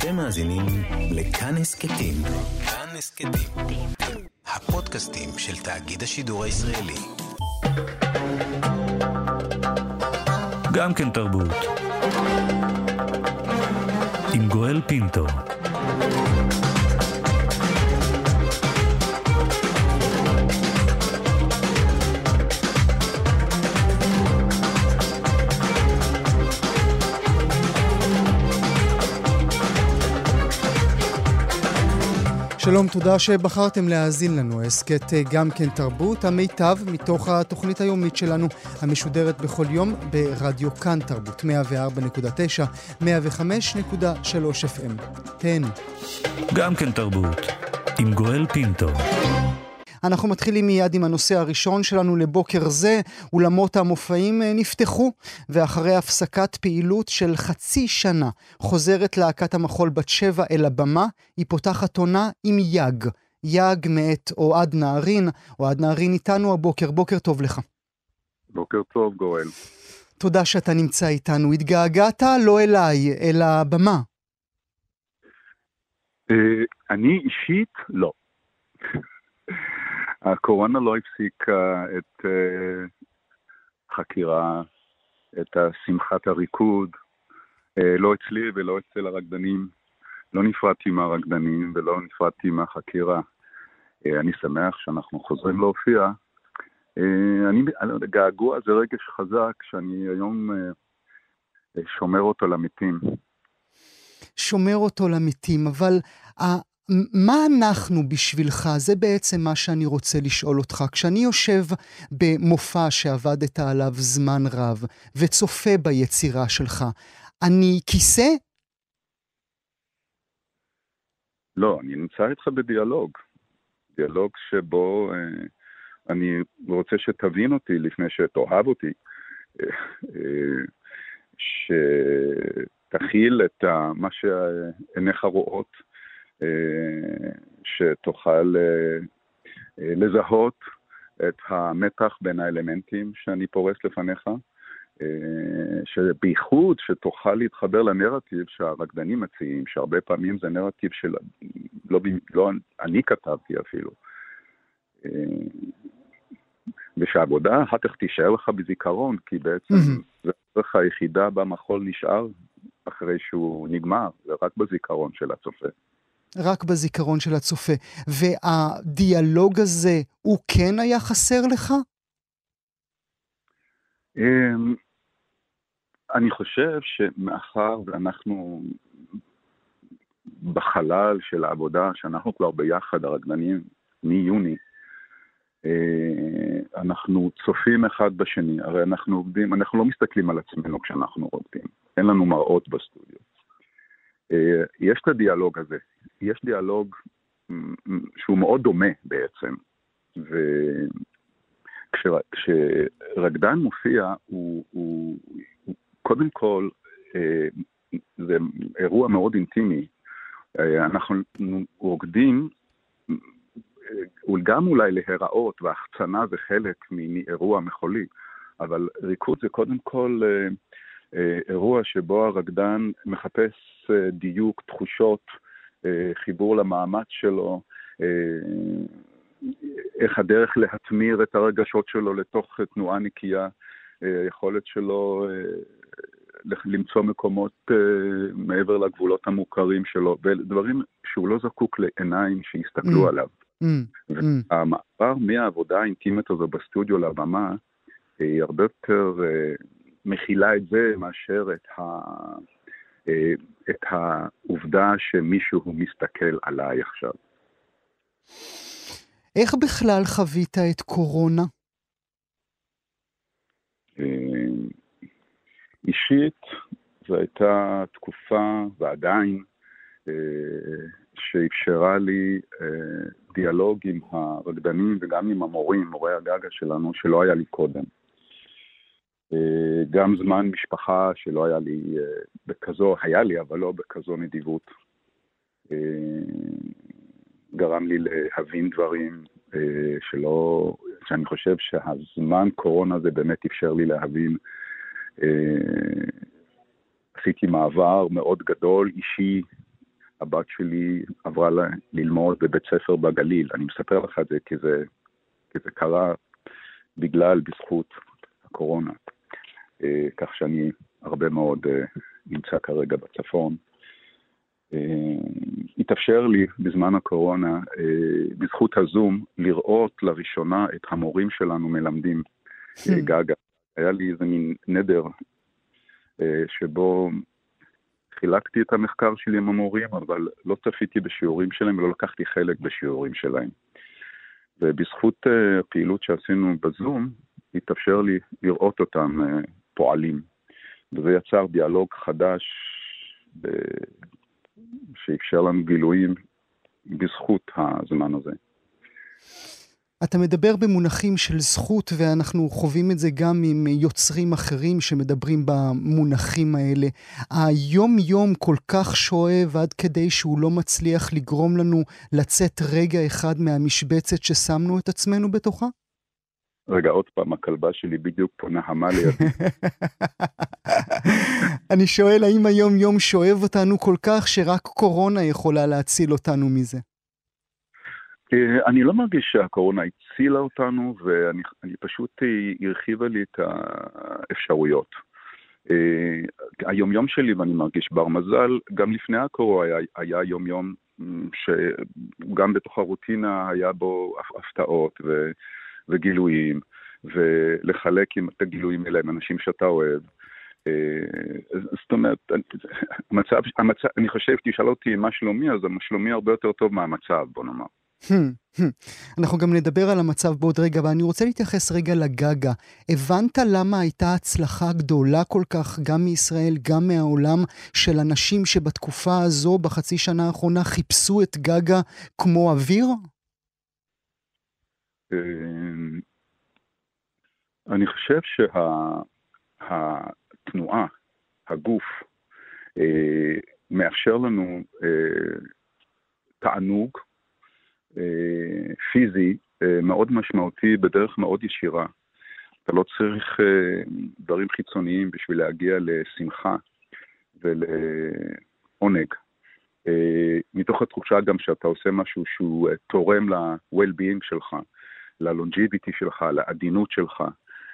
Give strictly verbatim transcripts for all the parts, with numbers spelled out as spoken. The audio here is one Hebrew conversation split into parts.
אתם מאזינים לכאן הסכתים. כאן הסכתים. הפודקאסטים של תאגיד השידור הישראלי. גם כן תרבות. עם גואל פינטו. שלום, תודה שבחרתם להאזין לנו. הסכת גם כן תרבות, המיטב מתוך התוכנית היומית שלנו, המשודרת בכל יום ברדיו כאן תרבות, מאה וארבע נקודה תשע, מאה וחמש נקודה שלוש אף אם. תהנו. גם כן תרבות, עם גואל פינטו. אנחנו מתחילים מיד עם הנושא הראשון שלנו לבוקר זה. אולמות המופעים נפתחו, ואחרי הפסקת פעילות של חצי שנה חוזרת להקת המחול בת שבע אל הבמה. היא פותחת עונה עם יג, יג מאת אוהד נהרין. אוהד נהרין איתנו הבוקר, בוקר טוב לך. בוקר טוב גואל. תודה שאתה נמצא איתנו. התגעגעת לא אליי, אלא הבמה. אני אישית לא. הקורונה לא הפסיקה את uh, חקירה, את שמחת הריקוד, uh, לא אצלי ולא אצל הרקדנים. לא נפרדתי מהרקדנים ולא נפרדתי מהחקירה. Uh, אני שמח שאנחנו חוזרים להופיע. Uh, אני, אני געגוע זה רגש חזק שאני היום uh, שומר אותו למתים. שומר אותו למתים, אבל... Uh... מה אנחנו בשבילך? זה בעצם מה שאני רוצה לשאול אותך. כשאני יושב במופע שעבדת עליו זמן רב וצופה ביצירה שלך, אני כיסא? לא, אני נמצא איתך בדיאלוג. דיאלוג שבו אה, אני רוצה שתבין אותי לפני שתאהב אותי. אה, אה, שתכיל את ה, מה שעיניך רואות. שתוכל לזהות את המתח בין האלמנטים שאני פורס לפניך, שבייחוד שתוכל להתחבר לנרטיב שהרקדנים מציעים, שהרבה פעמים זה נרטיב של לא, לא אני כתבתי אפילו, ושהעבודה אחר כך תישאר לך בזיכרון, כי בעצם mm-hmm. זה הדרך היחידה במחול נשאר אחרי שהוא נגמר, זה רק בזיכרון של הצופה. רק בזיכרון של הצופה. והדיאלוג הזה, הוא כן היה חסר לך? אני חושב שמאחר ואנחנו בחלל של העבודה, שאנחנו כבר ביחד, הרקדנים, מיוני, אנחנו צופים אחד בשני. הרי אנחנו עובדים, אנחנו לא מסתכלים על עצמנו כשאנחנו עובדים. אין לנו מראות בסטודיו. יש את הדיאלוג הזה. יש דיאלוג שהוא מאוד דומה בעצם, וכשרקדן מופיע, הוא, הוא, הוא קודם כל, זה אירוע מאוד אינטימי. אנחנו רוקדים, גם אולי להיראות, והחצנה זה חלק מאירוע מחולי, אבל ריקוד זה קודם כל אירוע שבו הרקדן מחפש דיוק, תחושות, חיבור למאמץ שלו, איך הדרך להתמיר את הרגשות שלו לתוך תנועה נקייה, יכולת שלו למצוא מקומות מעבר לגבולות המוכרים שלו, ודברים שהוא לא זקוק לעיניים שיסתכלו עליו. והמעבר מהעבודה האינטימית הזו בסטודיו לבמה, היא הרבה יותר מכילה את זה מאשר את ה... את העובדה שמישהו מסתכל עליי עכשיו. איך בכלל חווית את קורונה? אישית, זו הייתה תקופה ועדיין שאפשרה לי דיאלוג עם הרקדנים וגם עם המורים, מורי הגגה שלנו, שלא היה לי קודם. גם זמן משפחה שלא היה לי בכזו, היה לי אבל לא בכזו נדיבות, גרם לי להבין דברים שלא, שאני חושב שהזמן קורונה זה באמת אפשר לי להבין. עשיתי מעבר מאוד גדול אישי הבת שלי עברה ל- ללמוד בבית ספר בגליל. אני מספר לך את זה כי זה, כי זה קרה בגלל, בזכות הקורונה. אה, כך שאני הרבה מאוד אה, נמצא כרגע בצפון. אה, התאפשר לי בזמן הקורונה, אה, בזכות הזום, לראות לראשונה את המורים שלנו מלמדים אה, גגה. היה לי איזה מין נדר אה, שבו חילקתי את המחקר שלי עם המורים, אבל לא צפיתי בשיעורים שלהם ולא לקחתי חלק בשיעורים שלהם. ובזכות uh, הפעילות שעשינו בזום, התאפשר לי לראות אותם uh, פועלים. וזה יצר דיאלוג חדש ב... שאפשר לנו גילויים בזכות הזמן הזה. אתה מדבר במונחים של זכות, ואנחנו חווים את זה גם עם יוצרים אחרים שמדברים במונחים האלה. היום יום כל כך שואב עד כדי שהוא לא מצליח לגרום לנו לצאת רגע אחד מהמשבצת ששמנו את עצמנו בתוכה? רגע, עוד פעם, הכלבה שלי בדיוק פה נהמה לידי. אני שואל, האם היום יום שואב אותנו כל כך שרק קורונה יכולה להציל אותנו מזה? אני לא מרגיש שהקורונה הצילה אותנו, ואני אני פשוט הרחיבה לי את האפשרויות. היום-יום שלי, ואני מרגיש בר מזל, גם לפני הקורונה היה, היה יום-יום שגם בתוך הרוטינה היה בו הפתעות ו, וגילויים, ולחלק עם את הגילויים האלה עם אנשים שאתה אוהב. זאת אומרת, המצב, המצב, אני חושב, תשאל אותי מה שלומי, אז שלומי הרבה יותר טוב מהמצב, בוא נאמר. אנחנו גם נדבר על המצב בעוד רגע, ואני רוצה להתייחס רגע לגגה. הבנת למה הייתה הצלחה גדולה כל כך, גם מישראל, גם מהעולם, של אנשים שבתקופה הזו, בחצי שנה האחרונה, חיפשו את גגה כמו אוויר? אני חושב שהתנועה, הגוף, מאפשר לנו תענוג, פיזי מאוד משמעותי בדרך מאוד ישירה. אתה לא צריך דברים חיצוניים בשביל להגיע לשמחה ולעונג. מתוך התחושה גם שאתה עושה משהו שהוא תורם ל-well-being שלך, ל-longevity שלך, לעדינות שלך,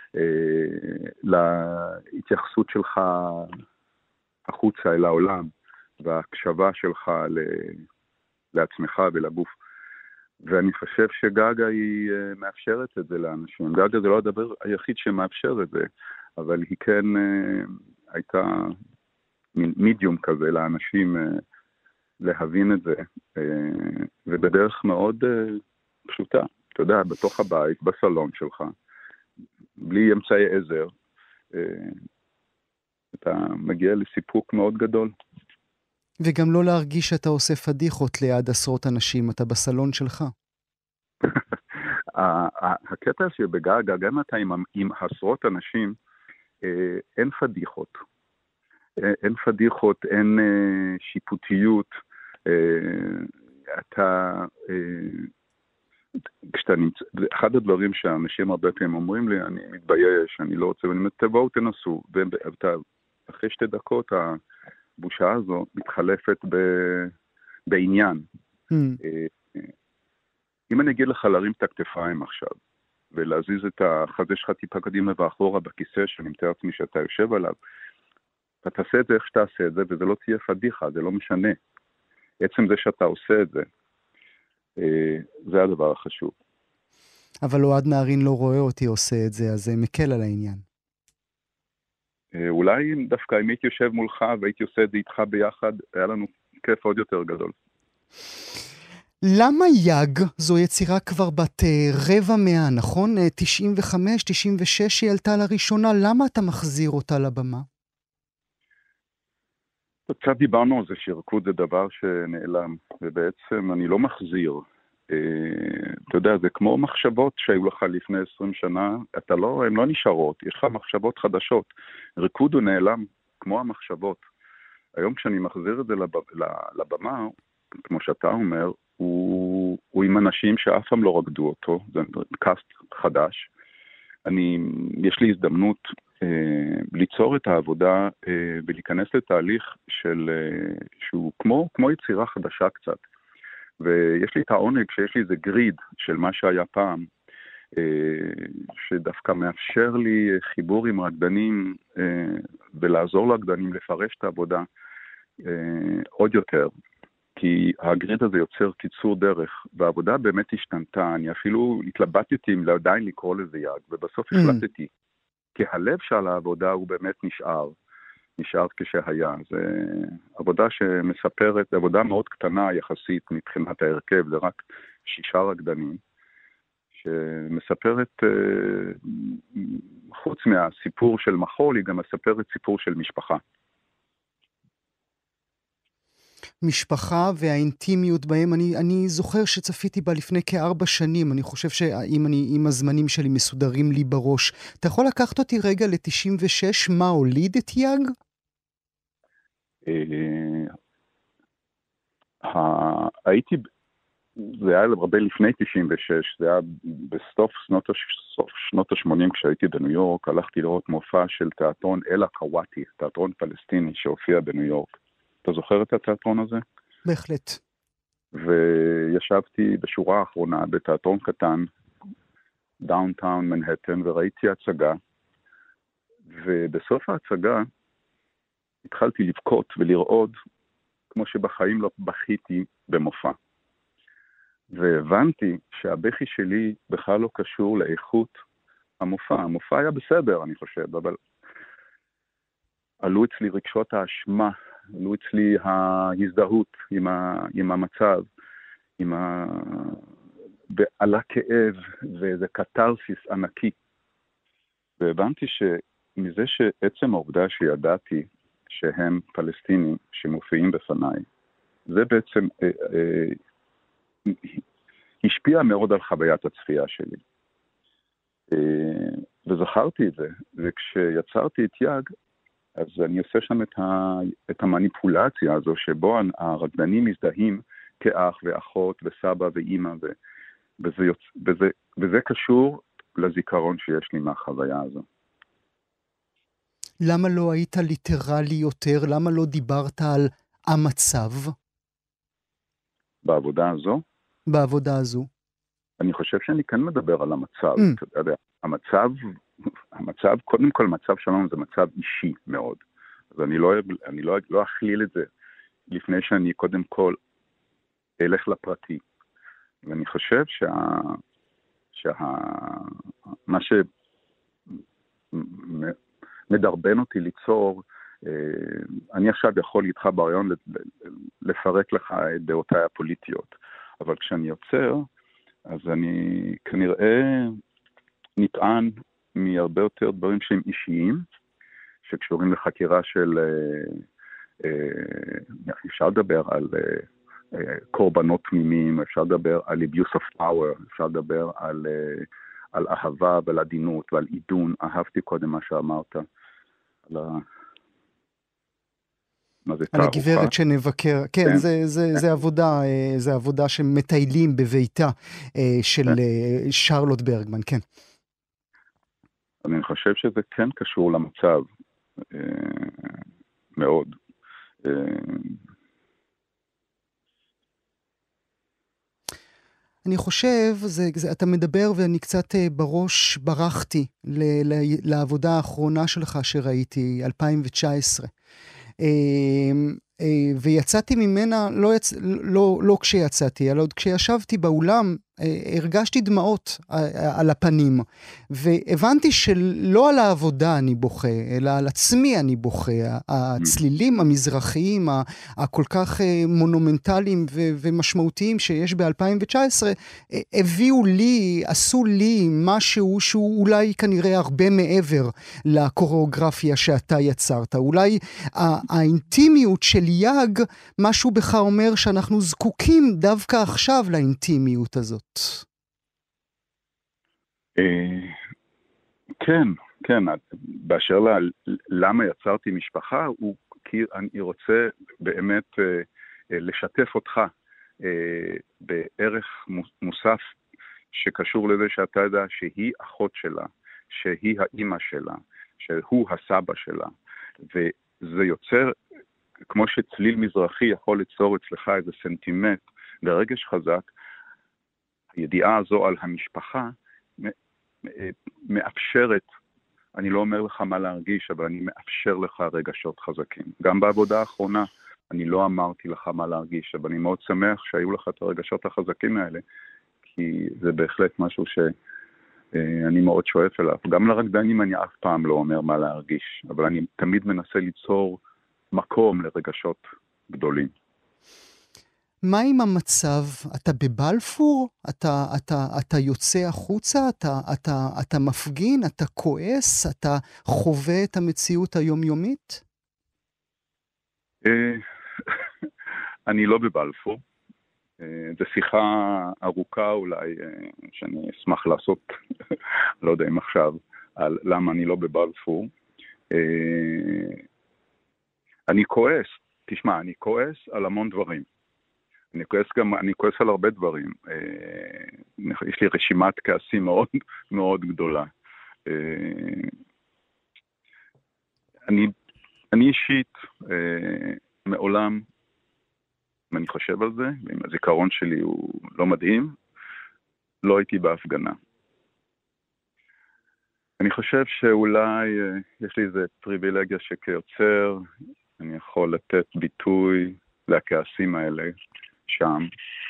להתייחסות שלך החוצה אל העולם, וההקשבה שלך לעצמך ולגוף. ואני חושב שגגה היא מאפשרת את זה לאנשים. גגה זה לא הדבר היחיד שמאפשר את זה, אבל היא כן הייתה מין מידיום כזה לאנשים להבין את זה, ובדרך מאוד פשוטה. אתה יודע, בתוך הבית, בסלון שלך, בלי אמצעי עזר, אתה מגיע לסיפוק מאוד גדול. וגם לא להרגיש שאתה עושה פדיחות ליד עשרות אנשים, אתה בסלון שלך. הקטע שבגגה, גם אתה עם, עם עשרות אנשים, אין פדיחות. אין פדיחות, אין שיפוטיות. אתה, כשאתה נמצא, אחד הדברים שהאנשים הרבה פעמים אומרים לי, אני מתבייש, אני לא רוצה, ואני אומר, תבואו תנסו, ואתה, אחרי שתי דקות, הבושה הזו מתחלפת ב... בעניין. Mm. אם אני אגיד לך להרים את הכתפיים עכשיו, ולהזיז את החזה שלך טיפה קדימה ואחורה בכיסא שאני מתאר לעצמי שאתה יושב עליו, אתה תעשה את זה איך שאתה עושה את זה, וזה לא תהיה פדיחה, זה לא משנה. עצם זה שאתה עושה את זה, זה הדבר החשוב. אבל אוהד נהרין לא רואה אותי עושה את זה, אז זה מקל על העניין. אולי דווקא אם הייתי יושב מולך והייתי עושה את זה איתך ביחד, היה לנו כיף עוד יותר גדול. למה יאג זו יצירה כבר בת רבע מאה, נכון? תשעים וחמש, תשעים ושש היא עלתה לראשונה, למה אתה מחזיר אותה לבמה? קצת דיברנו על זה שרקוד זה דבר שנעלם, ובעצם אני לא מחזיר. אתה יודע, זה כמו מחשבות שהיו לך לפני עשרים שנה, אתה לא, הן לא נשארות, יש לך מחשבות חדשות. ריקוד הוא נעלם כמו המחשבות. היום כשאני מחזיר את זה לב, לבמה, כמו שאתה אומר, הוא, הוא עם אנשים שאף פעם לא רקדו אותו, זה קאסט חדש. אני, יש לי הזדמנות ליצור את העבודה ולהיכנס לתהליך של, שהוא כמו, כמו יצירה חדשה קצת. ויש לי את העונג שיש לי איזה גריד של מה שהיה פעם, שדווקא מאפשר לי חיבור עם רקדנים ולעזור לרקדנים לפרש את העבודה עוד יותר. כי הגריד הזה יוצר קיצור דרך, והעבודה באמת השתנתה. אני אפילו התלבטתי אם עדיין לקרוא לזה יג, ובסוף החלטתי. כי הלב של העבודה הוא באמת נשאר, נשאר כשהיה. זה עבודה שמספרת, עבודה מאוד קטנה יחסית מבחינת ההרכב, זה רק שישה רקדנים, שמספרת, חוץ מהסיפור של מחול, היא גם מספרת סיפור של משפחה. משפחה והאינטימיות בהם, אני, אני זוכר שצפיתי בה לפני כארבע שנים, אני חושב שאם אני, אם הזמנים שלי מסודרים לי בראש, אתה יכול לקחת אותי רגע ל-תשעים ושש, מה הוליד את יג? הייתי, זה היה הרבה לפני תשעים ושש, זה היה בסוף שנות, סוף שנות ה-שמונים כשהייתי בניו יורק, הלכתי לראות מופע של תיאטרון אלה קוואטי, תיאטרון פלסטיני שהופיע בניו יורק. אתה זוכר את התיאטרון הזה? בהחלט. וישבתי בשורה האחרונה בתיאטרון קטן, דאונטאון מנהטן, וראיתי הצגה, ובסוף ההצגה התחלתי לבכות ולרעוד, כמו שבחיים לא בכיתי במופע. והבנתי שהבכי שלי בכלל לא קשור לאיכות המופע. המופע היה בסדר, אני חושב, אבל עלו אצלי רגשות האשמה, עלו אצלי ההזדהות עם, ה, עם המצב, עם ה... על הכאב, וזה קטרסיס ענקי. והבנתי שמזה שעצם העובדה שידעתי שהם פלסטינים שמופיעים בפניי, זה בעצם אה, אה, השפיע מאוד על חוויית הצפייה שלי. אה, וזכרתי את זה, וכשיצרתי את יג, אז אני עושה שם את, ה, את המניפולציה הזו, שבו הרקדנים מזדהים כאח ואחות וסבא ואימא, ו, וזה, יוצ, וזה, וזה קשור לזיכרון שיש לי מהחוויה הזו. למה לא היית ליטרלי יותר? למה לא דיברת על המצב? בעבודה הזו? בעבודה הזו. אני חושב שאני כן מדבר על המצב. Mm. אתה יודע, המצב... המצב, קודם כל מצב שלנו זה מצב אישי מאוד. אז אני לא, אני לא, לא אכליל את זה לפני שאני קודם כל אלך לפרטי. ואני חושב שה, שה, מה שמדרבן אותי ליצור, אני עכשיו יכול איתך ברעיון לפרק לך את דעותיי הפוליטיות. אבל כשאני יוצר, אז אני כנראה נטען מהרבה יותר דברים שהם אישיים, שקשורים לחקירה של, אפשר לדבר על קורבנות תמימים, אפשר לדבר על abuse of power, אפשר לדבר על, על אהבה ועל עדינות ועל עידון. אהבתי קודם מה שאמרת, על ה... מה זה, על הגברת שנבקר, כן, כן. זה, זה, כן. זה עבודה, זה עבודה שמטיילים בביתה של כן. שרלוט ברגמן, כן. אני חושב שזה כן קשור למצב, אה, מאוד. אה... אני חושב, זה, זה, אתה מדבר ואני קצת בראש ברחתי ל, ל, לעבודה האחרונה שלך שראיתי, אלפיים תשע עשרה. אה, ויצאתי ממנה, לא, יצ... לא, לא כשיצאתי, אלא עוד כשישבתי באולם, הרגשתי דמעות על הפנים, והבנתי שלא על העבודה אני בוכה, אלא על עצמי אני בוכה. הצלילים המזרחיים, הכל כך מונומנטליים ומשמעותיים שיש ב-אלפיים תשע עשרה, הביאו לי, עשו לי משהו שהוא אולי כנראה הרבה מעבר לקוריאוגרפיה שאתה יצרת. אולי האינטימיות של יג, משהו בך אומר שאנחנו זקוקים דווקא עכשיו לאינטימיות הזאת. כן, כן, באשר למה יצרתי משפחה, הוא כי אני רוצה באמת לשתף אותך בערך מוסף שקשור לזה שאתה יודע שהיא אחות שלה, שהיא האימא שלה, שהוא הסבא שלה, וזה יוצר, כמו שצליל מזרחי יכול ליצור אצלך איזה סנטימנט ורגש חזק, הידיעה הזו על המשפחה מאפשרת, אני לא אומר לך מה להרגיש, אבל אני מאפשר לך רגשות חזקים. גם בעבודה האחרונה, אני לא אמרתי לך מה להרגיש, אבל אני מאוד שמח שהיו לך את הרגשות החזקים האלה, כי זה בהחלט משהו שאני מאוד שואף אליו. גם לרקדנים אני אף פעם לא אומר מה להרגיש, אבל אני תמיד מנסה ליצור מקום לרגשות גדולים. מה עם המצב? אתה בבלפור? אתה, אתה, אתה יוצא החוצה? אתה, אתה, אתה מפגין? אתה כועס? אתה חווה את המציאות היומיומית? אני לא בבלפור. זו שיחה ארוכה אולי, שאני אשמח לעשות, לא יודע אם עכשיו, על למה אני לא בבלפור. אני כועס, תשמע, אני כועס על המון דברים. אני כועס גם, אני כועס על הרבה דברים. יש לי רשימת כעסים מאוד מאוד גדולה. אני, אני אישית, מעולם, אם אני חושב על זה, ואם הזיכרון שלי הוא לא מדהים, לא הייתי בהפגנה. אני חושב שאולי יש לי איזה פריבילגיה שכיוצר, אני יכול לתת ביטוי לכעסים האלה שם.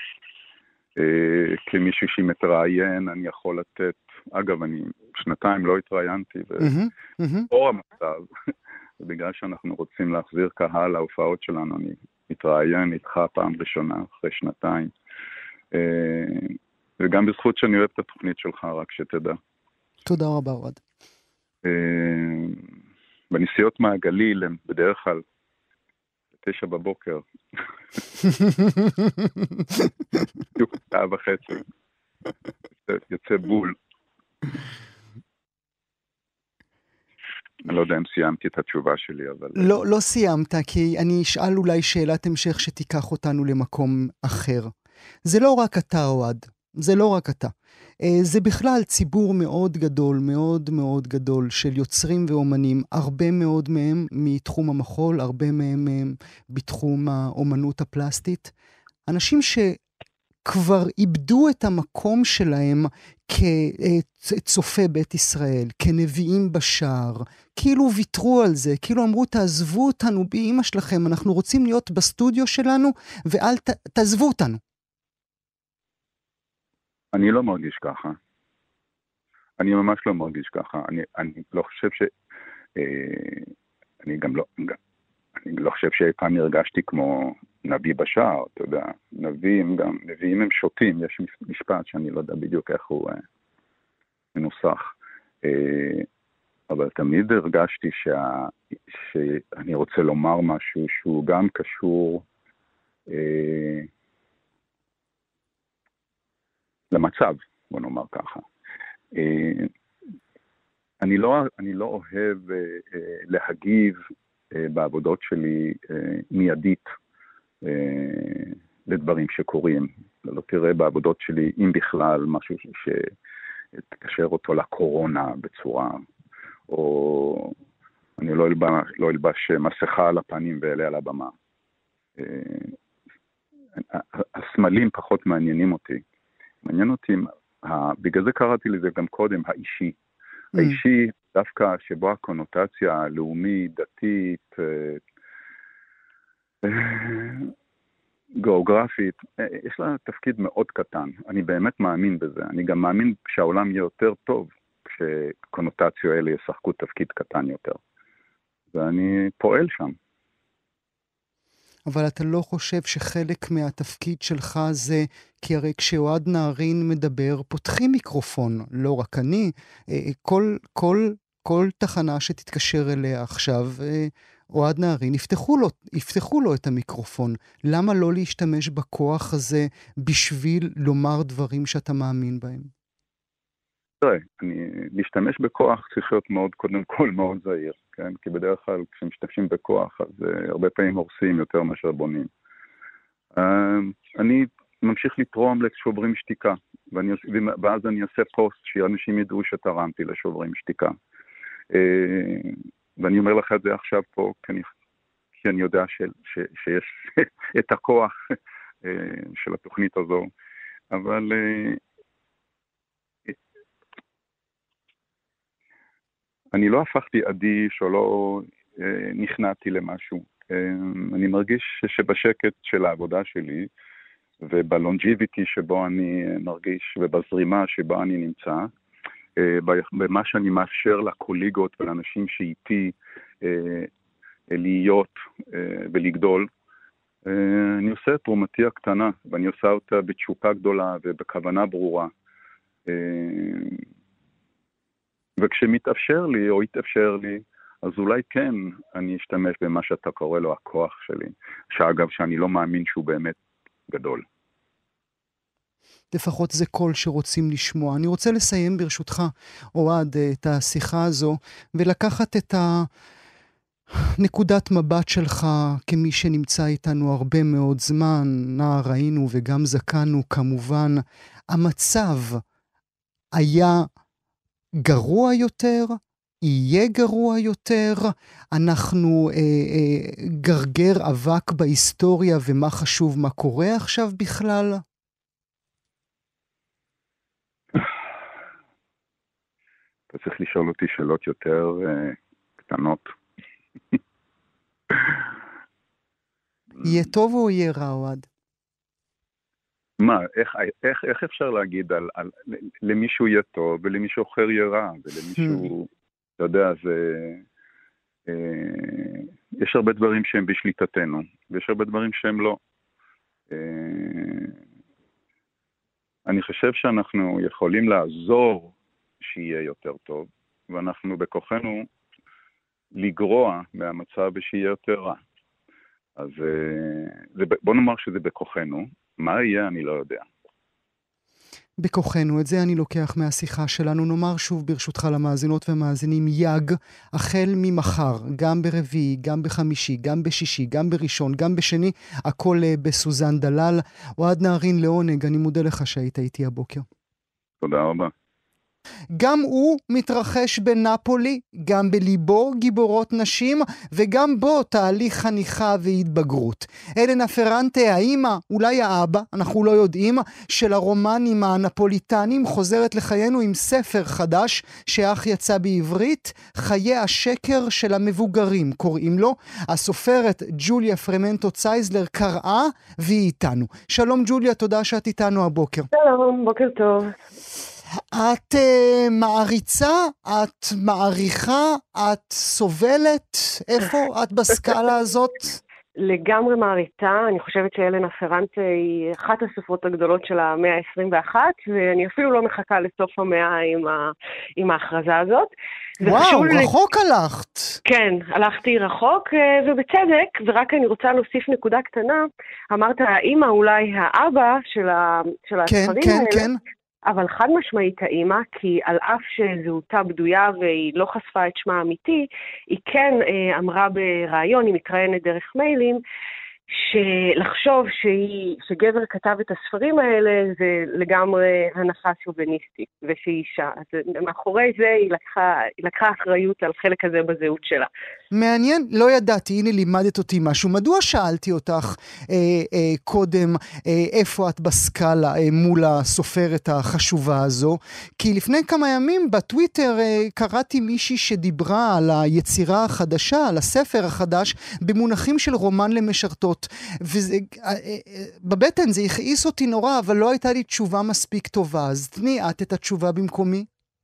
כמישהו שמתראיין, אני יכול לתת, אגב, אני שנתיים לא התראיינתי, ואור המצב, ובגלל שאנחנו רוצים להחזיר קהל להופעות שלנו, אני מתראיין איתך פעם ראשונה אחרי שנתיים. וגם בזכות שאני אוהב את התוכנית שלך, רק שתדע. תודה רבה, אוהד. בנסיעות מהגליל הם בדרך כלל תשע בבוקר. בדיוק שעה וחצי. יוצא בול. אני לא יודע אם סיימתי את התשובה שלי, אבל... לא, לא סיימת, כי אני אשאל אולי שאלת המשך שתיקח אותנו למקום אחר. זה לא רק אתה, אוהד. זה לא רק אתה. זה בכלל ציבור מאוד גדול, מאוד מאוד גדול של יוצרים ואומנים, הרבה מאוד מהם מתחום המחול, הרבה מהם, מהם בתחום האומנות הפלסטית. אנשים שכבר איבדו את המקום שלהם כצופה בית ישראל, כנביאים בשער, כאילו ויתרו על זה, כאילו אמרו תעזבו אותנו באמא שלכם, אנחנו רוצים להיות בסטודיו שלנו ואל ת, תעזבו אותנו. אני לא מרגיש ככה. אני ממש לא מרגיש ככה. אני, אני לא חושב ש... אה, אני גם לא... אני לא חושב שאי פעם הרגשתי כמו נביא בשער, אתה יודע. נביאים גם... נביאים הם שוטים. יש משפט שאני לא יודע בדיוק איך הוא אה, מנוסח. אה, אבל תמיד הרגשתי שה, שאני רוצה לומר משהו שהוא גם קשור... אה, למצב, בוא נאמר ככה. אני לא, אני לא אוהב להגיב בעבודות שלי מיידית לדברים שקורים. לא תראה בעבודות שלי, אם בכלל, משהו שתקשר אותו לקורונה בצורה, או אני לא אלבש, לא אלבש מסכה על הפנים ואלה על הבמה. הסמלים פחות מעניינים אותי. מעניין אותי, בגלל זה קראתי לזה גם קודם, האישי. Mm. האישי, דווקא שבו הקונוטציה הלאומית, דתית, גיאוגרפית, יש לה תפקיד מאוד קטן. אני באמת מאמין בזה. אני גם מאמין שהעולם יהיה יותר טוב, כשקונוטציות האלה ישחקו תפקיד קטן יותר. ואני פועל שם. אבל אתה לא חושב שחלק מהתפקיד שלך זה, כי הרי כשאוהד נהרין מדבר, פותחים מיקרופון, לא רק אני, כל, כל, כל תחנה שתתקשר אליה עכשיו, אוהד נהרין, יפתחו לו, יפתחו לו את המיקרופון. למה לא להשתמש בכוח הזה בשביל לומר דברים שאתה מאמין בהם? תראה, אני, להשתמש בכוח צריך להיות מאוד, קודם כל מאוד זהיר, כן? כי בדרך כלל כשמשתמשים בכוח, אז uh, הרבה פעמים הורסים יותר מאשר בונים. Uh, אני ממשיך לתרום לשוברים שתיקה, ואני, ואז אני אעשה פוסט שאנשים ידעו שתרמתי לשוברים שתיקה. ואני אומר לך את זה עכשיו פה, כי אני, כי אני יודע ש, ש, שיש את הכוח של התוכנית הזו, אבל אני לא הפכתי אדיש או לא נכנעתי למשהו. אני מרגיש שבשקט של העבודה שלי, ובלונג'יביטי שבו אני מרגיש, ובזרימה שבה אני נמצא, במה שאני מאפשר לקוליגות ולאנשים שאיתי להיות ולגדול, אני עושה את תרומתי הקטנה, ואני עושה אותה בתשוקה גדולה ובכוונה ברורה. וכשמתאפשר לי או יתאפשר לי, אז אולי כן אני אשתמש במה שאתה קורא לו הכוח שלי, שאגב שאני לא מאמין שהוא באמת גדול. לפחות זה קול שרוצים לשמוע. אני רוצה לסיים ברשותך, אוהד, את השיחה הזו, ולקחת את הנקודת מבט שלך כמי שנמצא איתנו הרבה מאוד זמן, נער היינו וגם זקנו כמובן. המצב היה גרוע יותר, יהיה גרוע יותר, אנחנו אה, אה, גרגר אבק בהיסטוריה, ומה חשוב מה קורה עכשיו בכלל? אתה צריך לשאול אותי שאלות יותר אה, קטנות. יהיה טוב או יהיה רע, אוהד? מה, איך, איך, איך אפשר להגיד על, על, למישהו יהיה טוב ולמישהו אחר יהיה רע, ולמישהו, אתה יודע, זה, אה, יש הרבה דברים שהם בשליטתנו, ויש הרבה דברים שהם לא. אה, אני חושב שאנחנו יכולים לעזור שיהיה יותר טוב, ואנחנו בכוחנו לגרוע מהמצב ושיהיה יותר רע. אז זה, בוא נאמר שזה בכוחנו. מה יהיה אני לא יודע. בכוחנו, את זה אני לוקח מהשיחה שלנו. נאמר שוב ברשותך למאזינות ומאזינים, יג, החל ממחר, גם ברביעי, גם בחמישי, גם בשישי, גם בראשון, גם בשני, הכל בסוזן דלל. אוהד נהרין, לעונג, אני מודה לך שהיית איתי הבוקר. תודה רבה. גם הוא מתרחש בנפולי, גם בליבו גיבורות נשים, וגם בו תהליך חניכה והתבגרות. אלנה פרנטה, האמא, אולי האבא, אנחנו לא יודעים, של הרומנים הנפוליטנים, חוזרת לחיינו עם ספר חדש, שאך יצא בעברית, חיי השקר של המבוגרים, קוראים לו. הסופרת ג'וליה פרמנטו צייזלר קראה, והיא איתנו. שלום ג'וליה, תודה שאת איתנו הבוקר. שלום, בוקר טוב. את uh, מעריצה, את מעריכה, את סובלת, איפה את בסקאלה הזאת? לגמרי מעריצה, אני חושבת שאלנה פרנטה היא אחת הסופרות הגדולות של המאה ה-עשרים ואחת, ואני אפילו לא מחכה לסוף המאה עם, ה... עם ההכרזה הזאת. וואו, רחוק לי... הלכת. כן, הלכתי רחוק, ובצדק, ורק אני רוצה להוסיף נקודה קטנה, אמרת האמא אולי האבא של, ה... של כן, הספרים כן, האלה. כן, כן. אבל חד משמעית האמא, כי על אף שזהותה בדויה והיא לא חשפה את שמה האמיתי, היא כן אה, אמרה ברעיון, היא מתראיינת דרך מיילים, שלחשוב שהיא, שגבר כתב את הספרים האלה זה לגמרי הנחה שוביניסטית, ושהיא אישה. אז מאחורי זה היא לקחה, היא לקחה אחריות על חלק הזה בזהות שלה. מעניין, לא ידעתי, הנה לימדת אותי משהו. מדוע שאלתי אותך אה, אה, קודם אה, איפה את בסקאלה אה, מול הסופרת החשובה הזו? כי לפני כמה ימים בטוויטר אה, קראתי מישהי שדיברה על היצירה החדשה, על הספר החדש, במונחים של רומן למשרתות. ובבטן זה הכעיס אותי נורא, אבל לא הייתה לי תשובה מספיק טובה. אז תני את את התשובה במקומי.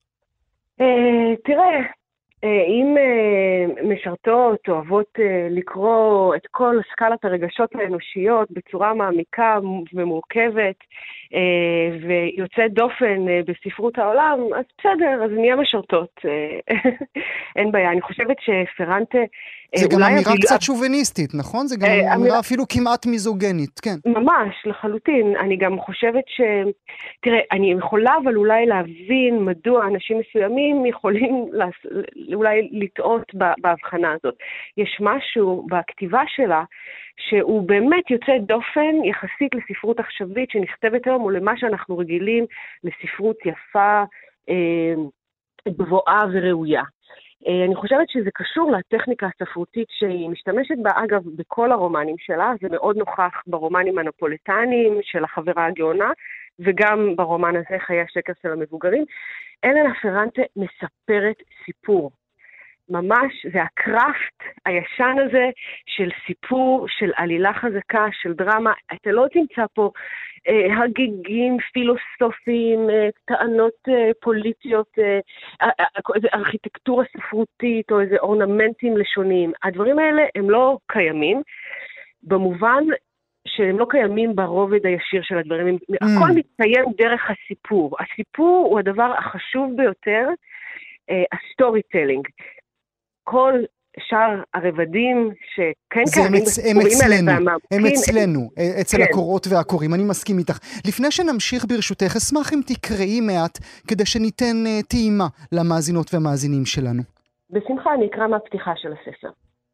תראה, אם משרתות אוהבות לקרוא את כל סקלת הרגשות האנושיות בצורה מעמיקה ומורכבת ויוצאת דופן בספרות העולם, אז בסדר, אז נהיה משרתות. אין בעיה. אני חושבת שפרנטה... זה גם אמירה הביל... קצת שוביניסטית, נכון? זה גם אמירה אמיר... אפילו כמעט מיזוגנית, כן. ממש, לחלוטין. אני גם חושבת ש... תראה, אני יכולה אבל אולי להבין מדוע אנשים מסוימים יכולים לה... אולי לטעות בהבחנה הזאת. יש משהו בכתיבה שלה שהוא באמת יוצא דופן יחסית לספרות עכשווית שנכתבת היום, או למה שאנחנו רגילים לספרות יפה, גבוהה וראויה. אני חושבת שזה קשור לטכניקה הספרותית שהיא משתמשת בה, אגב, בכל הרומנים שלה, זה מאוד נוכח ברומנים הנפוליטניים של החברה הגאונה, וגם ברומן הזה, חיי השקר של המבוגרים. אלנה פרנטה מספרת סיפור. ממש, זה הקראפט הישן הזה של סיפור, של עלילה חזקה, של דרמה. אתה לא תמצא פה אה, הגיגים פילוסופיים, אה, טענות אה, פוליטיות, אה, אה, איזו ארכיטקטורה ספרותית או איזה אורנמנטים לשוניים. הדברים האלה הם לא קיימים, במובן שהם לא קיימים ברובד הישיר של הדברים. הם, mm. הכל מתקיים דרך הסיפור. הסיפור הוא הדבר החשוב ביותר, אה, הסטורי טלינג. כל שאר הרבדים שכן קיימים בסיפורים האלה. הם אצלנו, אצל הקוראות והקוראים, אני מסכים איתך. לפני שנמשיך ברשותך, אשמח אם תקראי מעט, כדי שניתן טעימה למאזינות והמאזינים שלנו. בשמחה, אני אקרא מהפתיחה של הספר.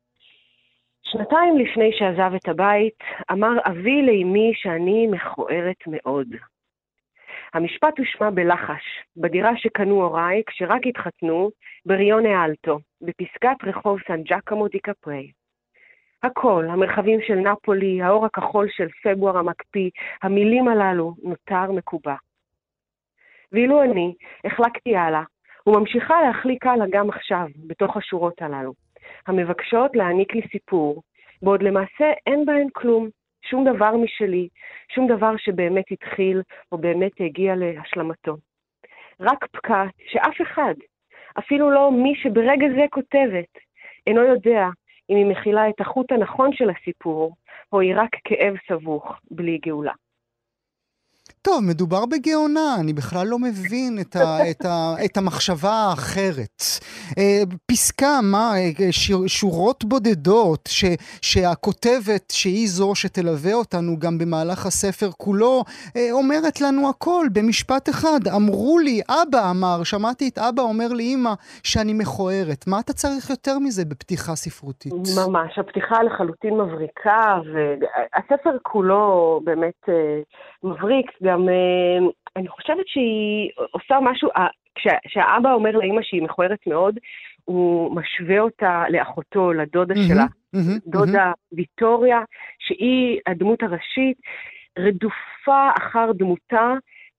שנתיים לפני שעזב את הבית, אמר אבי לאמי שאני מכוערת מאוד. המשפט הושמע בלחש, בדירה שקנו הוריי כשרק התחתנו בריונה אלטו, בפסקת רחוב סן ג'קמו די קפרי. הכל, המרחבים של נפולי, האור הכחול של פברואר המקפיא, המילים הללו נותר מקובע. ואילו אני החלקתי הלאה, וממשיכה להחליק הלאה גם עכשיו, בתוך השורות הללו, המבקשות להעניק לי סיפור, בעוד למעשה אין בהן כלום. שום דבר משלי, שום דבר שבאמת התחיל או באמת הגיע להשלמתו. רק פקעת שאף אחד, אפילו לא מי שברגע זה כותבת, אינו יודע אם היא מכילה את החוט הנכון של הסיפור, או היא רק כאב סבוך בלי גאולה. טוב, מדובר בגאונה, אני בכלל לא מבין את, ה, את, ה, את המחשבה האחרת. פסקה, מה, שורות בודדות, ש, שהכותבת שהיא זו שתלווה אותנו גם במהלך הספר כולו, אומרת לנו הכל במשפט אחד. אמרו לי, אבא אמר, שמעתי את אבא אומר לאמא שאני מכוערת. מה אתה צריך יותר מזה בפתיחה ספרותית? ממש, הפתיחה לחלוטין מבריקה, והספר כולו באמת מבריק. גם אני חושבת שהיא עושה משהו, כשהאבא אומר לאמא שהיא מכוערת מאוד, הוא משווה אותה לאחותו, לדודה שלה, דודה ויטוריה, שהיא הדמות הראשית, רדופה אחר דמותה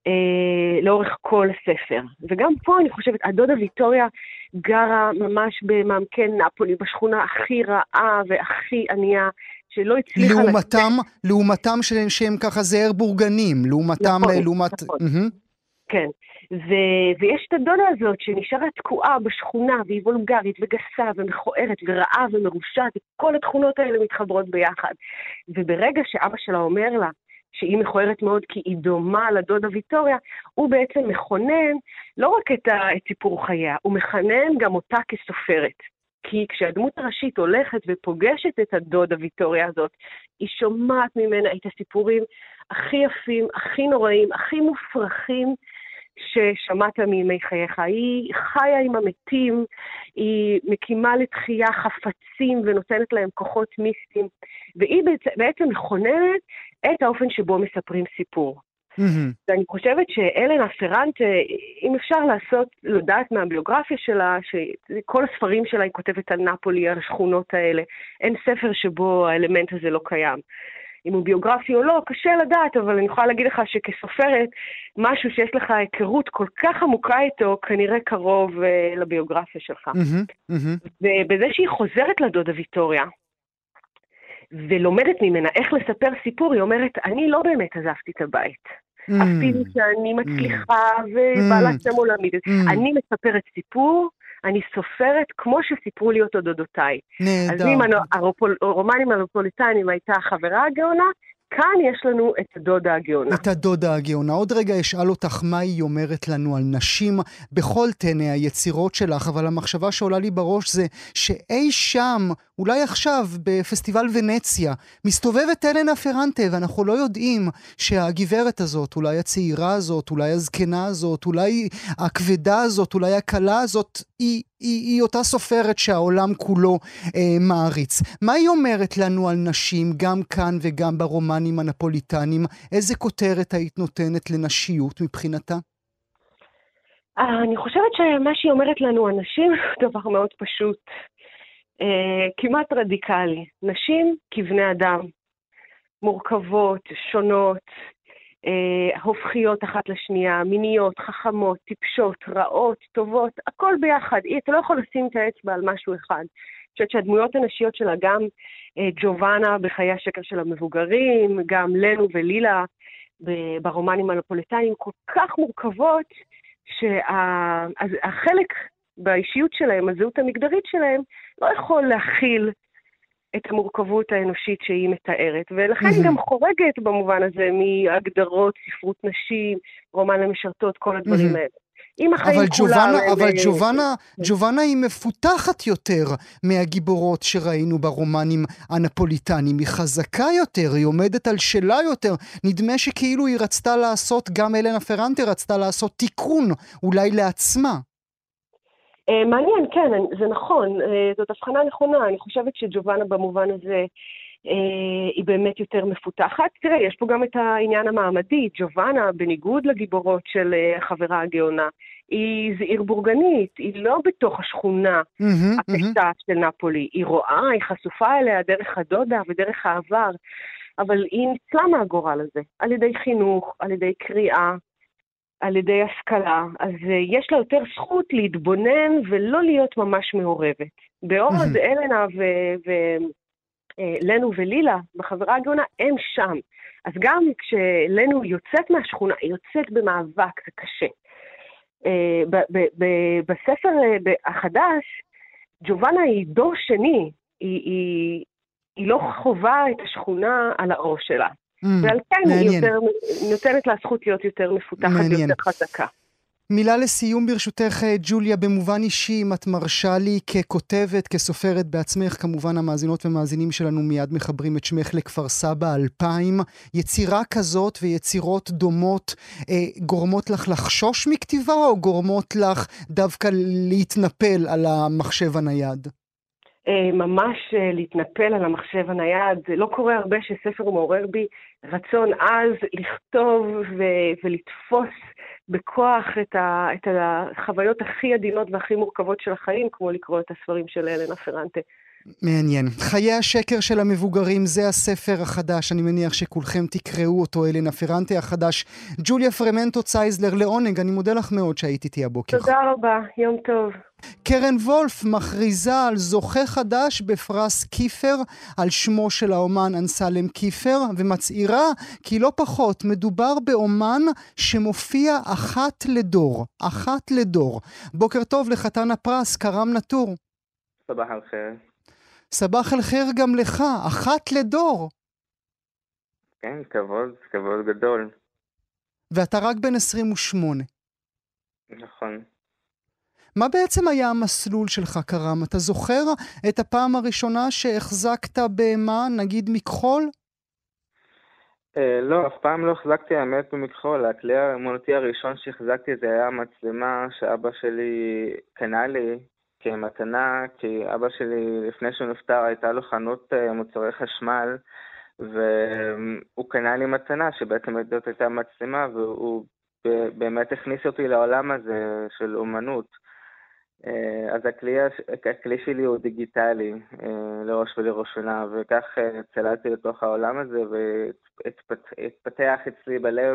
לאורך כל הספר. וגם פה אני חושבת, הדודה ויטוריה גרה ממש במעמקי נפולי, בשכונה הכי רעה והכי ענייה, שלא הצליחה... לעומתם, לצאת... לעומתם שהם ככה זהר בורגנים, לעומתם, נכון, לעומת... נכון. Mm-hmm. כן, ו... ויש את הדודה הזאת שנשארה תקועה בשכונה, והיא וולגרית וגסה ומכוערת ורעה ומרושעת, וכל התכונות האלה מתחברות ביחד. וברגע שאבא שלה אומר לה, שהיא מכוערת מאוד כי היא דומה לדודה ויטוריה, הוא בעצם מכונן לא רק את, ה... את סיפור חייה, הוא מכונן גם אותה כסופרת. כי כשהדמות הראשית הולכת ופוגשת את הדודה ויטוריה הזאת, היא שומעת ממנה את הסיפורים הכי יפים, הכי נוראים, הכי מופרכים ששמעת מימי חייך. היא חיה עם המתים, היא מקימה לתחייה חפצים ונותנת להם כוחות מיסטיים, והיא בעצם מכוננת את האופן שבו מספרים סיפור. Mm-hmm. ואני חושבת שאלנה פרנטה, אם אפשר לעשות, לדעת מהביוגרפיה שלה, שכל הספרים שלה היא כותבת על נפולי, על השכונות האלה, אין ספר שבו האלמנט הזה לא קיים. אם הוא ביוגרפי או לא, קשה לדעת, אבל אני יכולה להגיד לך שכסופרת, משהו שיש לך היכרות כל כך עמוקה איתו, כנראה קרוב uh, לביוגרפיה שלך. Mm-hmm. Mm-hmm. ובזה שהיא חוזרת לדודה ויטוריה, ולומדת ממנה איך לספר סיפור, היא אומרת, אני לא באמת עזבתי את הבית. Mm. אפילו שאני מצליחה mm. ובעלת שם עולמית. Mm. אני מספרת סיפור, אני סופרת כמו שסיפרו לי אותו דודותיי. נהדר. אז אם הרומנים הנפוליטניים הייתה החברה הגאונה, כאן יש לנו את הדודה הגאונה. את הדודה הגאונה. עוד רגע אשאל אותך מה היא אומרת לנו על נשים בכל תנה היצירות שלך, אבל המחשבה שעולה לי בראש זה שאי שם, אולי עכשיו בפסטיבל ונציה, מסתובבת אלנה פרנטה, ואנחנו לא יודעים שהגברת הזאת, אולי הצעירה הזאת, אולי הזקנה הזאת, אולי הכבדה הזאת, אולי הקלה הזאת, היא, היא, היא אותה סופרת שהעולם כולו אה, מעריץ. מה היא אומרת לנו על נשים, גם כאן וגם ברומנים הנפוליטנים? איזה כותרת היית נותנת לנשיות מבחינתה? אני חושבת שמה שהיא אומרת לנו, אנשים, הוא דבר מאוד פשוט, כמעט רדיקלי. נשים כבני אדם, מורכבות, שונות, הופכיות אחת לשנייה, מיניות, חכמות, טיפשות, רעות, טובות, הכל ביחד. אתה לא יכול לשים את האצבע על משהו אחד. אני חושבת שהדמויות הנשיות שלה, גם ג'ובאנה בחיי השקר של המבוגרים, גם לנו ולילה ברומנים הנפוליטניים, כל כך מורכבות, שהחלק באישיות שלהם, הזהות המגדרית שלהם, לא יכול להכיל את המורכבות האנושית שהיא מתארת. ולכן היא גם חורגת במובן הזה מהגדרות, ספרות נשים, רומן למשרתות, כל הדברים האלה. אבל ג'ובאנה, אבל ג'ובאנה, ג'ובאנה היא מפותחת יותר מהגיבורות שראינו ברומנים הנפוליטניים. היא חזקה יותר, היא עומדת על שלה יותר. נדמה שכאילו היא רצתה לעשות, גם אלנה פרנטה רצתה לעשות תיקון, אולי לעצמה. מעניין, כן, זה נכון. זאת הבחנה נכונה. אני חושבת שג'ובאנה במובן הזה היא באמת יותר מפותחת. תראה, יש פה גם את העניין המעמדי. ג'ובאנה, בניגוד לגיבורות של החברה הגאונה, היא זעיר בורגנית, היא לא בתוך השכונה הפשטה של נפולי. היא רואה, היא חשופה אליה דרך הדודה ודרך העבר, אבל היא ניצלה מהגורל הזה, על ידי חינוך, על ידי קריאה, על ידי השכלה. אז יש לה יותר זכות להתבונן ולא להיות ממש מעורבת. בעוד אלנה ו... ו... לנו ולילה, בחברה הגאונה, הם שם. אז גם כשלנו יוצאת מהשכונה, היא יוצאת במאבק, זה קשה. בספר החדש, ג'ובאנה היא דור שני, היא לא חובה את השכונה על האור שלה. ועל כן היא נותנת לה זכות להיות יותר מפותחת ויותר חזקה. מילה לסיום ברשותך, ג'וליה, במובן אישי, אם את מרשה לי ככותבת, כסופרת בעצמך, כמובן המאזינות ומאזינים שלנו מיד מחברים את שמך לכפר סבא אלפיים, יצירה כזאת ויצירות דומות אה, גורמות לך לחשוש מכתיבה, או גורמות לך דווקא להתנפל על המחשב הנייד? ממש להתנפל על המחשב הנייד. זה לא קורה הרבה שספר מעורר בי רצון אז לכתוב ו- ולתפוס בכוח את, ה- את החוויות הכי עדינות והכי מורכבות של החיים, כמו לקרוא את הספרים של אלנה פרנטה. מעניין. חיי השקר של המבוגרים, זה הספר החדש, אני מניח שכולכם תקראו אותו, אלנה פרנטה החדש. ג'וליה פרמנטו צייזלר, לעונג, אני מודה לך מאוד שהיית איתי הבוקר. תודה רבה, יום טוב. קרן וולף מכריזה על זוכה חדש בפרס קיפר, על שמו של האומן אנסלם קיפר, ומצעירה כי לא פחות מדובר באומן שמופיע אחת לדור, אחת לדור. בוקר טוב לחתן הפרס, קרם נטור. סבח אל-חיר. סבח אל-חיר גם לך, אחת לדור. כן, כבוד, כבוד גדול. ואתה רק בן עשרים ושמונה. נכון. מה בעצם היה המסלול שלך, קרם? אתה זוכר את הפעם הראשונה שהחזקת בהמה, נגיד מכחול? אה, לא, אף פעם לא החזקתי האמת במכחול. הכלי האמנותי הראשון שהחזקתי זה היה מצלמה שאבא שלי קנה לי כמתנה, כי אבא שלי לפני שהוא נפטר הייתה לו חנות מוצרי חשמל, והוא קנה לי מתנה שבעצם הייתה מצלמה, והוא באמת הכניס אותי לעולם הזה של אומנות. אז הכלי, הכלי שלי הוא דיגיטלי לראש ולראשונה, וכך צללתי לתוך העולם הזה, והתפתח אצלי בלב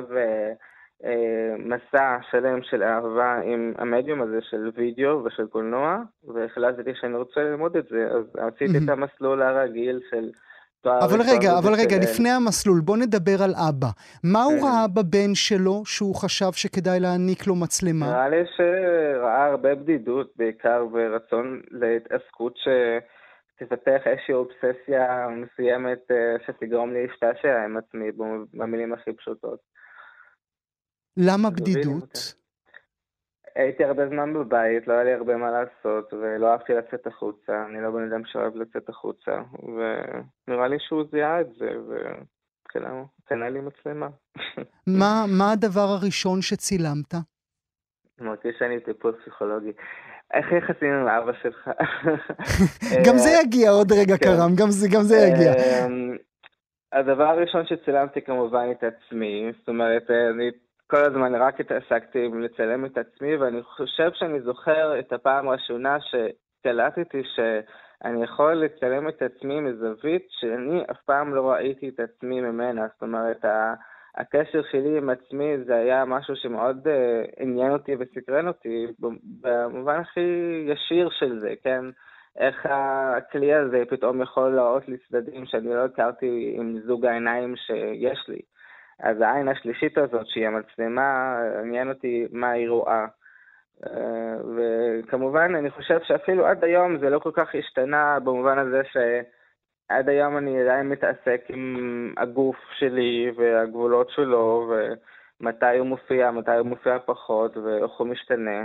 מסע שלם של אהבה עם המדיום הזה של וידאו ושל קולנוע, והחלטתי שאני רוצה ללמוד את זה, אז עשיתי את המסלול הרגיל של תואר. אבל רגע, אבל רגע, לפני המסלול, בוא נדבר על אבא. מה הוא ראה בבן שלו שהוא חשב שכדאי להעניק לו מצלמה? נראה לי שראה הרבה בדידות, בעיקר ברצון להתעסקות שתפתח איזושהי אובססיה מסוימת שתגרום לי להשתעשע עם עצמי במילים הכי פשוטות. למה בדידות? הייתי הרבה זמן בבית, לא היה לי הרבה מה לעשות, ולא אהבתי לצאת החוצה. אני לא בן אדם שאוהב לצאת החוצה, ונראה לי שהוא זיהה את זה, וקנה לי מצלמה. מה, מה הדבר הראשון שצילמת? מרגיש שאני טיפול פסיכולוגי. איך יחסים עם אבא שלך? גם זה יגיע עוד רגע, קרם, גם זה, גם זה יגיע. הדבר הראשון שצילמתי כמובן את עצמי, זאת אומרת, אני כל הזמן רק התעסקתי עם לצלם את עצמי, ואני חושב שאני זוכר את הפעם הראשונה שקלטתי שאני יכול לצלם את עצמי מזווית שאני אף פעם לא ראיתי את עצמי ממנה. זאת אומרת, הקשר שלי עם עצמי זה היה משהו שמאוד uh, עניין אותי וסקרן אותי, במובן הכי ישיר של זה, כן? איך הכלי הזה פתאום יכול להראות לי צדדים שאני לא הכרתי עם זוג העיניים שיש לי. אז העין השלישית הזאת, שהיא המצלמה, עניין אותי מה היא רואה. Uh, וכמובן, אני חושב שאפילו עד היום זה לא כל כך השתנה, במובן הזה ש... עד היום אני עדיין מתעסק עם הגוף שלי והגבולות שלו, ומתי הוא מופיע, מתי הוא מופיע פחות, ואיך הוא משתנה.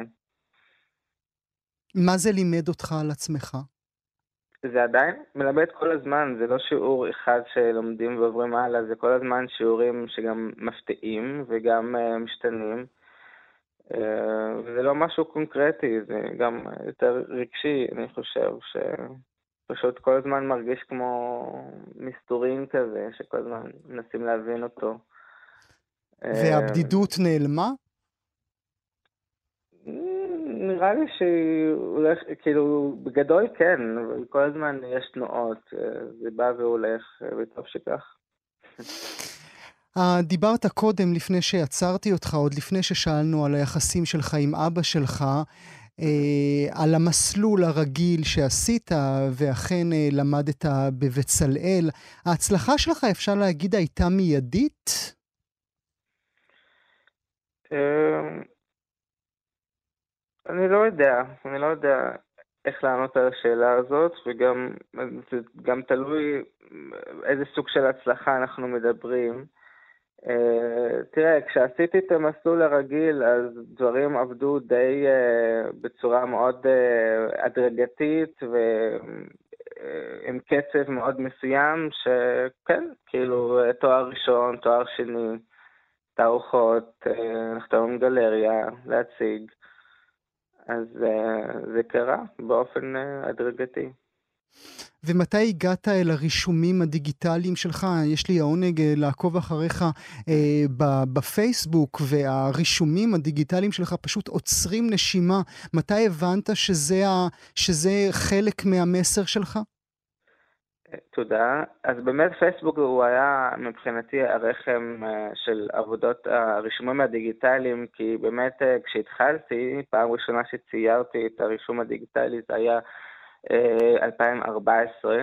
מה זה לימד אותך על עצמך? זה עדיין מלמד כל הזמן, זה לא שיעור אחד שלומדים ועוברים הלאה, זה כל הזמן שיעורים שגם מפתיעים וגם uh, משתנים. Uh, וזה לא משהו קונקרטי, זה גם יותר רגשי, אני חושב ש... פשוט כל הזמן מרגיש כמו מסתורין כזה, שכל הזמן מנסים להבין אותו. והבדידות נעלמה? נראה לי שהולך, כאילו, בגדול כן, אבל כל הזמן יש תנועות, זה בא והולך, וטוב שכך. דיברת קודם, לפני שיצרתי אותך, עוד לפני ששאלנו על היחסים שלך עם אבא שלך, על המסלול הרגיל שעשית, ואכן למדת בבצלאל. ההצלחה שלך, אפשר להגיד, הייתה מיידית? אני לא יודע, אני לא יודע איך לענות על השאלה הזאת, וגם זה גם תלוי איזה סוג של הצלחה אנחנו מדברים. Uh, תראה, כשעשיתי את המסלול הרגיל, אז דברים עבדו די uh, בצורה מאוד uh, הדרגתית ועם uh, קצב מאוד מסוים, שכן, כאילו תואר ראשון, תואר שני, תערוכות, uh, נחתום גלריה, להציג, אז uh, זה קרה באופן uh, הדרגתי. ומתי הגעת אל הרישומים הדיגיטליים שלך? יש לי העונג לעקוב אחריך אה, בפייסבוק, והרישומים הדיגיטליים שלך פשוט עוצרים נשימה. מתי הבנת שזה, ה, שזה חלק מהמסר שלך? תודה. אז באמת פייסבוק הוא היה מבחינתי הרחם של עבודות הרישומים הדיגיטליים, כי באמת כשהתחלתי, פעם ראשונה שציירתי את הרישום הדיגיטלי, זה היה אלפיים וארבע עשרה,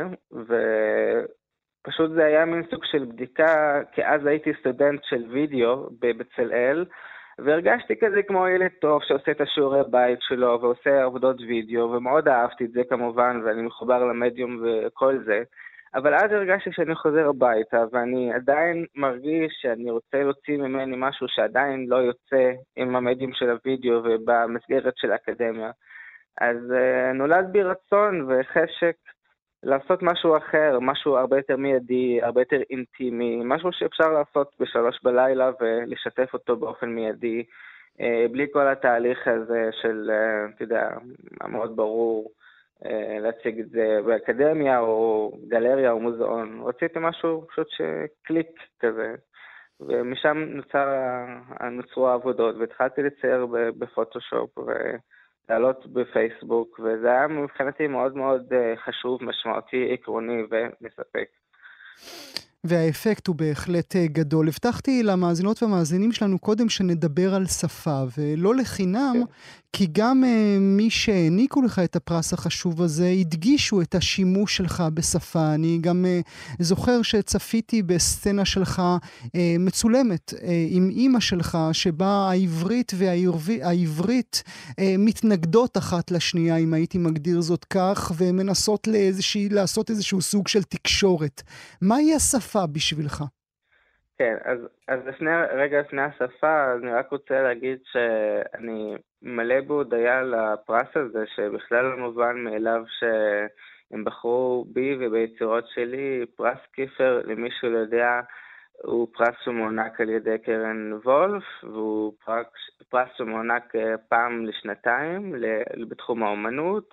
ופשוט זה היה מין סוג של בדיקה, כי אז הייתי סטודנט של וידאו בבצלאל, והרגשתי כזה כמו ילד טוב שעושה את השיעורי בית שלו ועושה עבודות וידאו, ומאוד אהבתי את זה כמובן, ואני מחובר למדיום וכל זה, אבל אז הרגשתי שאני חוזר הביתה, ואני עדיין מרגיש שאני רוצה להוציא ממני משהו שעדיין לא יוצא עם המדיום של הוידאו ובמסגרת של האקדמיה. אז uh, נולד בי רצון וחשק לעשות משהו אחר, משהו הרבה יותר מיידי, הרבה יותר אינטימי, משהו שאפשר לעשות בשלוש בלילה ולשתף אותו באופן מיידי, uh, בלי כל התהליך הזה של, uh, אתה יודע, מאוד ברור, uh, להציג את זה באקדמיה או גלריה או מוזיאון. רציתי משהו פשוט שקליק כזה, ומשם נוצר, נוצרו העבודות, והתחלתי לצייר בפוטושופ ו... לעלות בפייסבוק, וזה היה מבחינתי מאוד מאוד חשוב, משמעותי, עקרוני ומספק. והאפקט הוא בהחלט גדול. הבטחתי למאזינות והמאזינים שלנו קודם שנדבר על שפה, ולא לחינם, כי גם uh, מי שהעניקו לך את הפרס החשוב הזה, הדגישו את השימוש שלך בשפה. אני גם uh, זוכר שצפיתי בסצנה שלך uh, מצולמת uh, עם אמא שלך, שבה העברית והעברית uh, מתנגדות אחת לשנייה, אם הייתי מגדיר זאת כך, ומנסות לאיזושהי, לעשות איזשהו סוג של תקשורת. מהי השפה בשבילך? כן, אז, אז לפני, רגע לפני השפה, אני רק רוצה להגיד שאני מלא בהודיה לפרס הזה, שבכלל לא מובן מאליו שהם בחרו בי וביצירות שלי. פרס קיפר, למי שלא יודע, הוא פרס שמוענק על ידי קרן וולף, והוא פרס, פרס שמוענק פעם לשנתיים בתחום האומנות,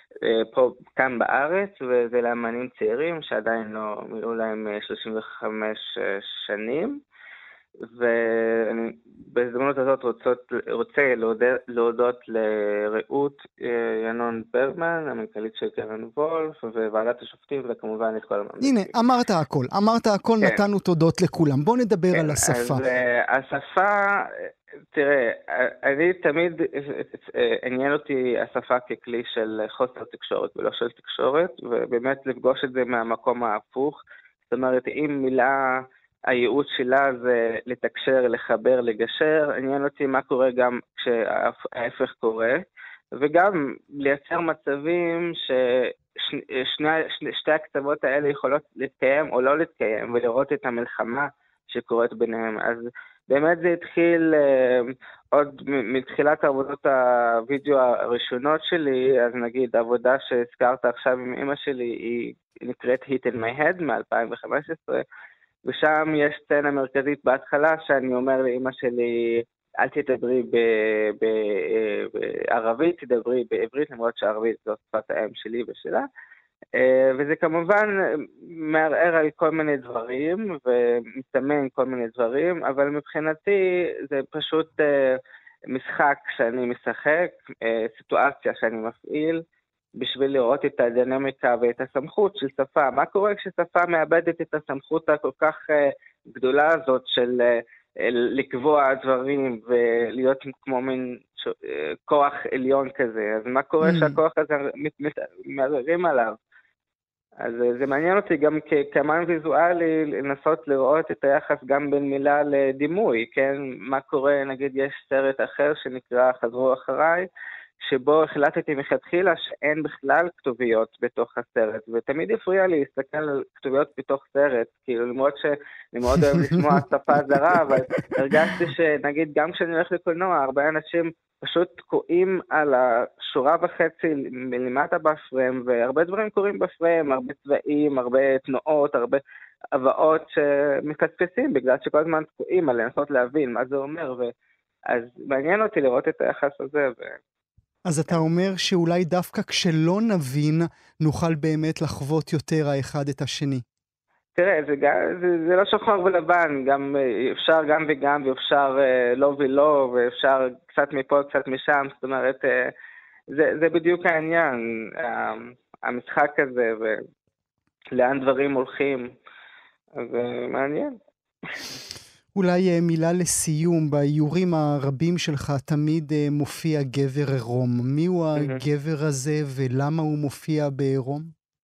פה כאן בארץ, וזה לאמנים צעירים שעדיין לא מילאו להם שלושים וחמש שנים, בהזדמנות הזאת רוצות, רוצה להודות, להודות לרעות ינון ברגמן, המנכ"לית של קרן וולף, וועדת השופטים, וכמובן את כל הממליכים. הנה, אמרת הכל, אמרת הכל, כן. נתנו תודות לכולם. בוא נדבר כן, על השפה. אז השפה, תראה, אני תמיד עניין אותי השפה ככלי של חוסר תקשורת ולא של תקשורת, ובאמת לפגוש את זה מהמקום ההפוך. זאת אומרת, אם מילה, הייעוד שלה זה לתקשר, לחבר, לגשר, עניין אותי מה קורה גם כשההפך קורה, וגם לייצר מצבים ששתי הקצוות האלה יכולות להתקיים או לא להתקיים, ולראות את המלחמה שקורית ביניהם. אז באמת זה התחיל uh, עוד מתחילת עבודות הוידאו הראשונות שלי, אז נגיד העבודה שהזכרת עכשיו עם אמא שלי היא נקראת Hit in my head מ-אלפיים וחמש עשרה, ושם יש סצנה מרכזית בהתחלה שאני אומר לאמא שלי, אל תדברי בערבית, תדברי בעברית, למרות שערבית זו שפת האם שלי ושלה. וזה כמובן מערער על כל מיני דברים ומסתמן כל מיני דברים, אבל מבחינתי זה פשוט משחק שאני משחק, סיטואציה שאני מפעיל, בשביל לראות את הדינמיקה ואת הסמכות של שפה. מה קורה כששפה מאבדת את הסמכות הכל כך גדולה הזאת של לקבוע דברים ולהיות כמו מין כוח עליון כזה? אז מה קורה שהכוח הזה מערערים עליו? אז זה מעניין אותי גם כמן ויזואלי לנסות לראות את היחס גם בין מילה לדימוי, כן? מה קורה, נגיד יש סרט אחר שנקרא חזרו אחריי, שבו החלטתי מלכתחילה שאין בכלל כתוביות בתוך הסרט, ותמיד הפריע לי להסתכל על כתוביות בתוך סרט, כאילו למרות שאני מאוד אוהב לשמוע שפה זרה, אבל הרגשתי שנגיד גם כשאני הולך לקולנוע, הרבה אנשים פשוט תקועים על השורה וחצי מלמטה בפריים, והרבה דברים קורים בפריים, הרבה צבעים, הרבה תנועות, הרבה הבאות שמקצפסים, בגלל שכל הזמן תקועים על לנסות להבין מה זה אומר, ו... אז מעניין אותי לראות את היחס הזה. ו... אז אתה אומר שאולי דווקא כשלא נבין, נוכל באמת לחוות יותר האחד את השני. תראה, זה, זה, זה לא שחור ולבן, גם, אפשר גם וגם, ואפשר לא ולא, ואפשר קצת מפה, קצת משם, זאת אומרת, זה, זה בדיוק העניין, המשחק הזה, ולאן דברים הולכים, אז מעניין. אולי מילה לסיום, באיורים הרבים שלך תמיד מופיע גבר עירום. מי הוא הגבר הזה ולמה הוא מופיע בעירום?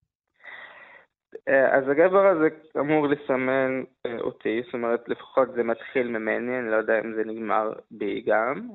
אז הגבר הזה אמור לסמן אותי, זאת אומרת לפחות זה מתחיל ממני, אני לא יודע אם זה נגמר בי גם.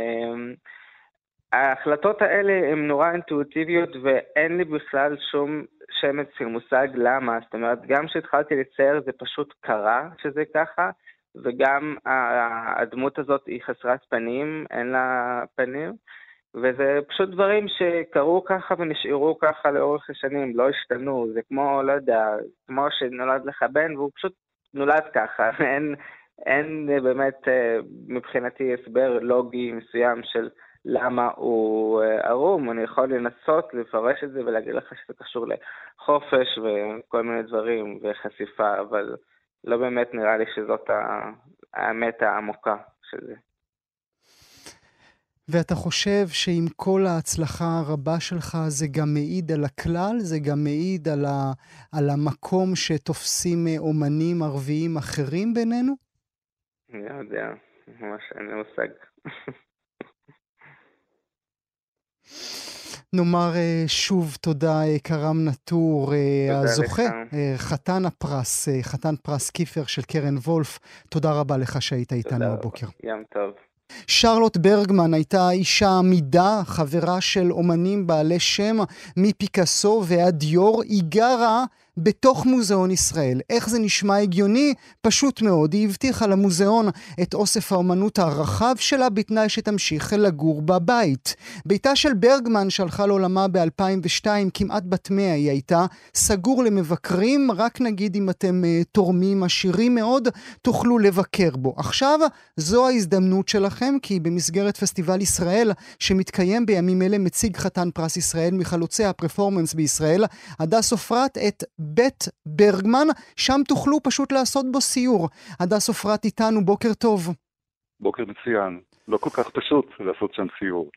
ההחלטות האלה הן נורא אינטואיטיביות ואין לי בכלל שום שמץ של מושג למה, זאת אומרת גם כשהתחלתי לצייר זה פשוט קרה שזה ככה, וגם הדמות הזאת היא חסרת פנים, אין לה פנים, וזה פשוט דברים שקרו ככה ונשארו ככה לאורך השנים, לא השתנו, זה כמו, לא יודע, כמו שנולד לך בן, והוא פשוט נולד ככה, אין, אין באמת מבחינתי הסבר לוגי מסוים של למה הוא ערום, אני יכול לנסות לפרש את זה ולהגיד לך שזה קשור לחופש וכל מיני דברים וחשיפה, אבל לא באמת נראה לי שזאת האמת העמוקה של זה. ואתה חושב שעם כל ההצלחה הרבה שלך זה גם מעיד על הכלל, זה גם מעיד על, ה, על המקום שתופסים אומנים ערביים אחרים בינינו? אני יודע, ממש אין לי מושג. נאמר שוב תודה כרם נטור, הזוכה, חתן הפרס, חתן פרס קיפר של קרן וולף. תודה רבה לך שהיית איתנו הבוקר. יום טוב. שרלוט ברגמן הייתה אישה עמידה, חברה של אומנים בעלי שם מפיקאסו ועד דיור. היא גרה בתוך מוזיאון ישראל. איך זה נשמע הגיוני? פשוט מאוד. היא הבטיחה למוזיאון את אוסף האומנות הרחב שלה בתנאי שתמשיך לגור בבית. ביתה של ברגמן שהלכה לעולמה ב-אלפיים ושתיים, כמעט בת מאה היא הייתה, סגור למבקרים, רק נגיד אם אתם uh, תורמים עשירים מאוד, תוכלו לבקר בו. עכשיו זו ההזדמנות שלכם, כי במסגרת פסטיבל ישראל שמתקיים בימים אלה מציג חתן פרס ישראל מחלוצי הפרפורמנס בישראל, הדס אופרת את בית ברגמן, שם תוכלו פשוט לעשות בו סיור. הדס אופרת איתנו, בוקר טוב. בוקר מצוין. לא כל כך פשוט לעשות שם סיור.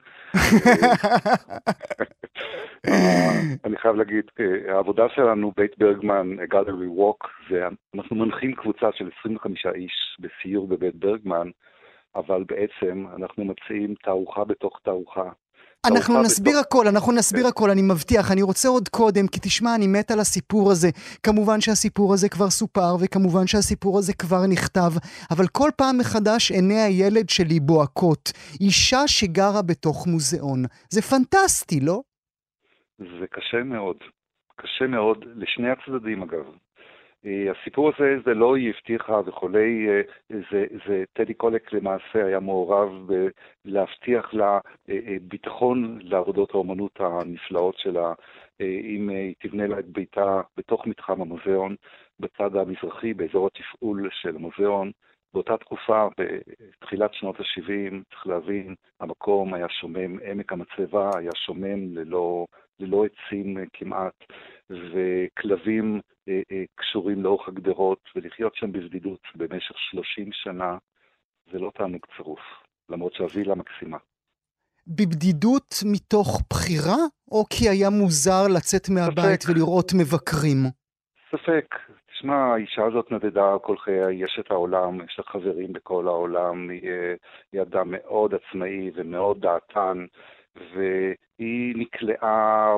אני חייב להגיד, העבודה שלנו, בית ברגמן, Gallery Walk, אנחנו מנחים קבוצה של עשרים וחמישה איש בסיור בבית ברגמן, אבל בעצם אנחנו מציעים תערוכה בתוך תערוכה. אנחנו נסביר הכל, אנחנו נסביר הכל, אני מבטיח. אני רוצה עוד קודם, כי תשמע, אני מת על הסיפור הזה. כמובן שהסיפור הזה כבר סופר, וכמובן שהסיפור הזה כבר נכתב, אבל כל פעם מחדש עיני הילד שלי בוהקות. אישה שגרה בתוך מוזיאון. זה פנטסטי, לא? זה קשה מאוד. קשה מאוד, לשני הצדדים אגב. הסיפור הזה זה לא היא הבטיחה וכולי, זה, זה טדי קולק למעשה היה מעורב להבטיח לה ביטחון לעבודות האומנות הנפלאות שלה, אם היא תבנה לה את ביתה בתוך מתחם המוזיאון, בצד המזרחי, באזור התפעול של המוזיאון. באותה תקופה, בתחילת שנות ה-שבעים, צריך להבין, המקום היה שומם, עמק המצבה היה שומם ללא, ללא עצים כמעט, וכלבים אה, אה, קשורים לאורך הגדרות, ולחיות שם בבדידות במשך שלושים שנה, זה לא תענוג צרוף, למרות שהווילה מקסימה. בבדידות מתוך בחירה, או כי היה מוזר לצאת מהבית ספק. ולראות מבקרים? ספק. תשמע, האישה הזאת נדדה כל חיי, יש את העולם, יש לה חברים בכל העולם, היא, היא אדם מאוד עצמאי ומאוד דעתן, והיא נקלעה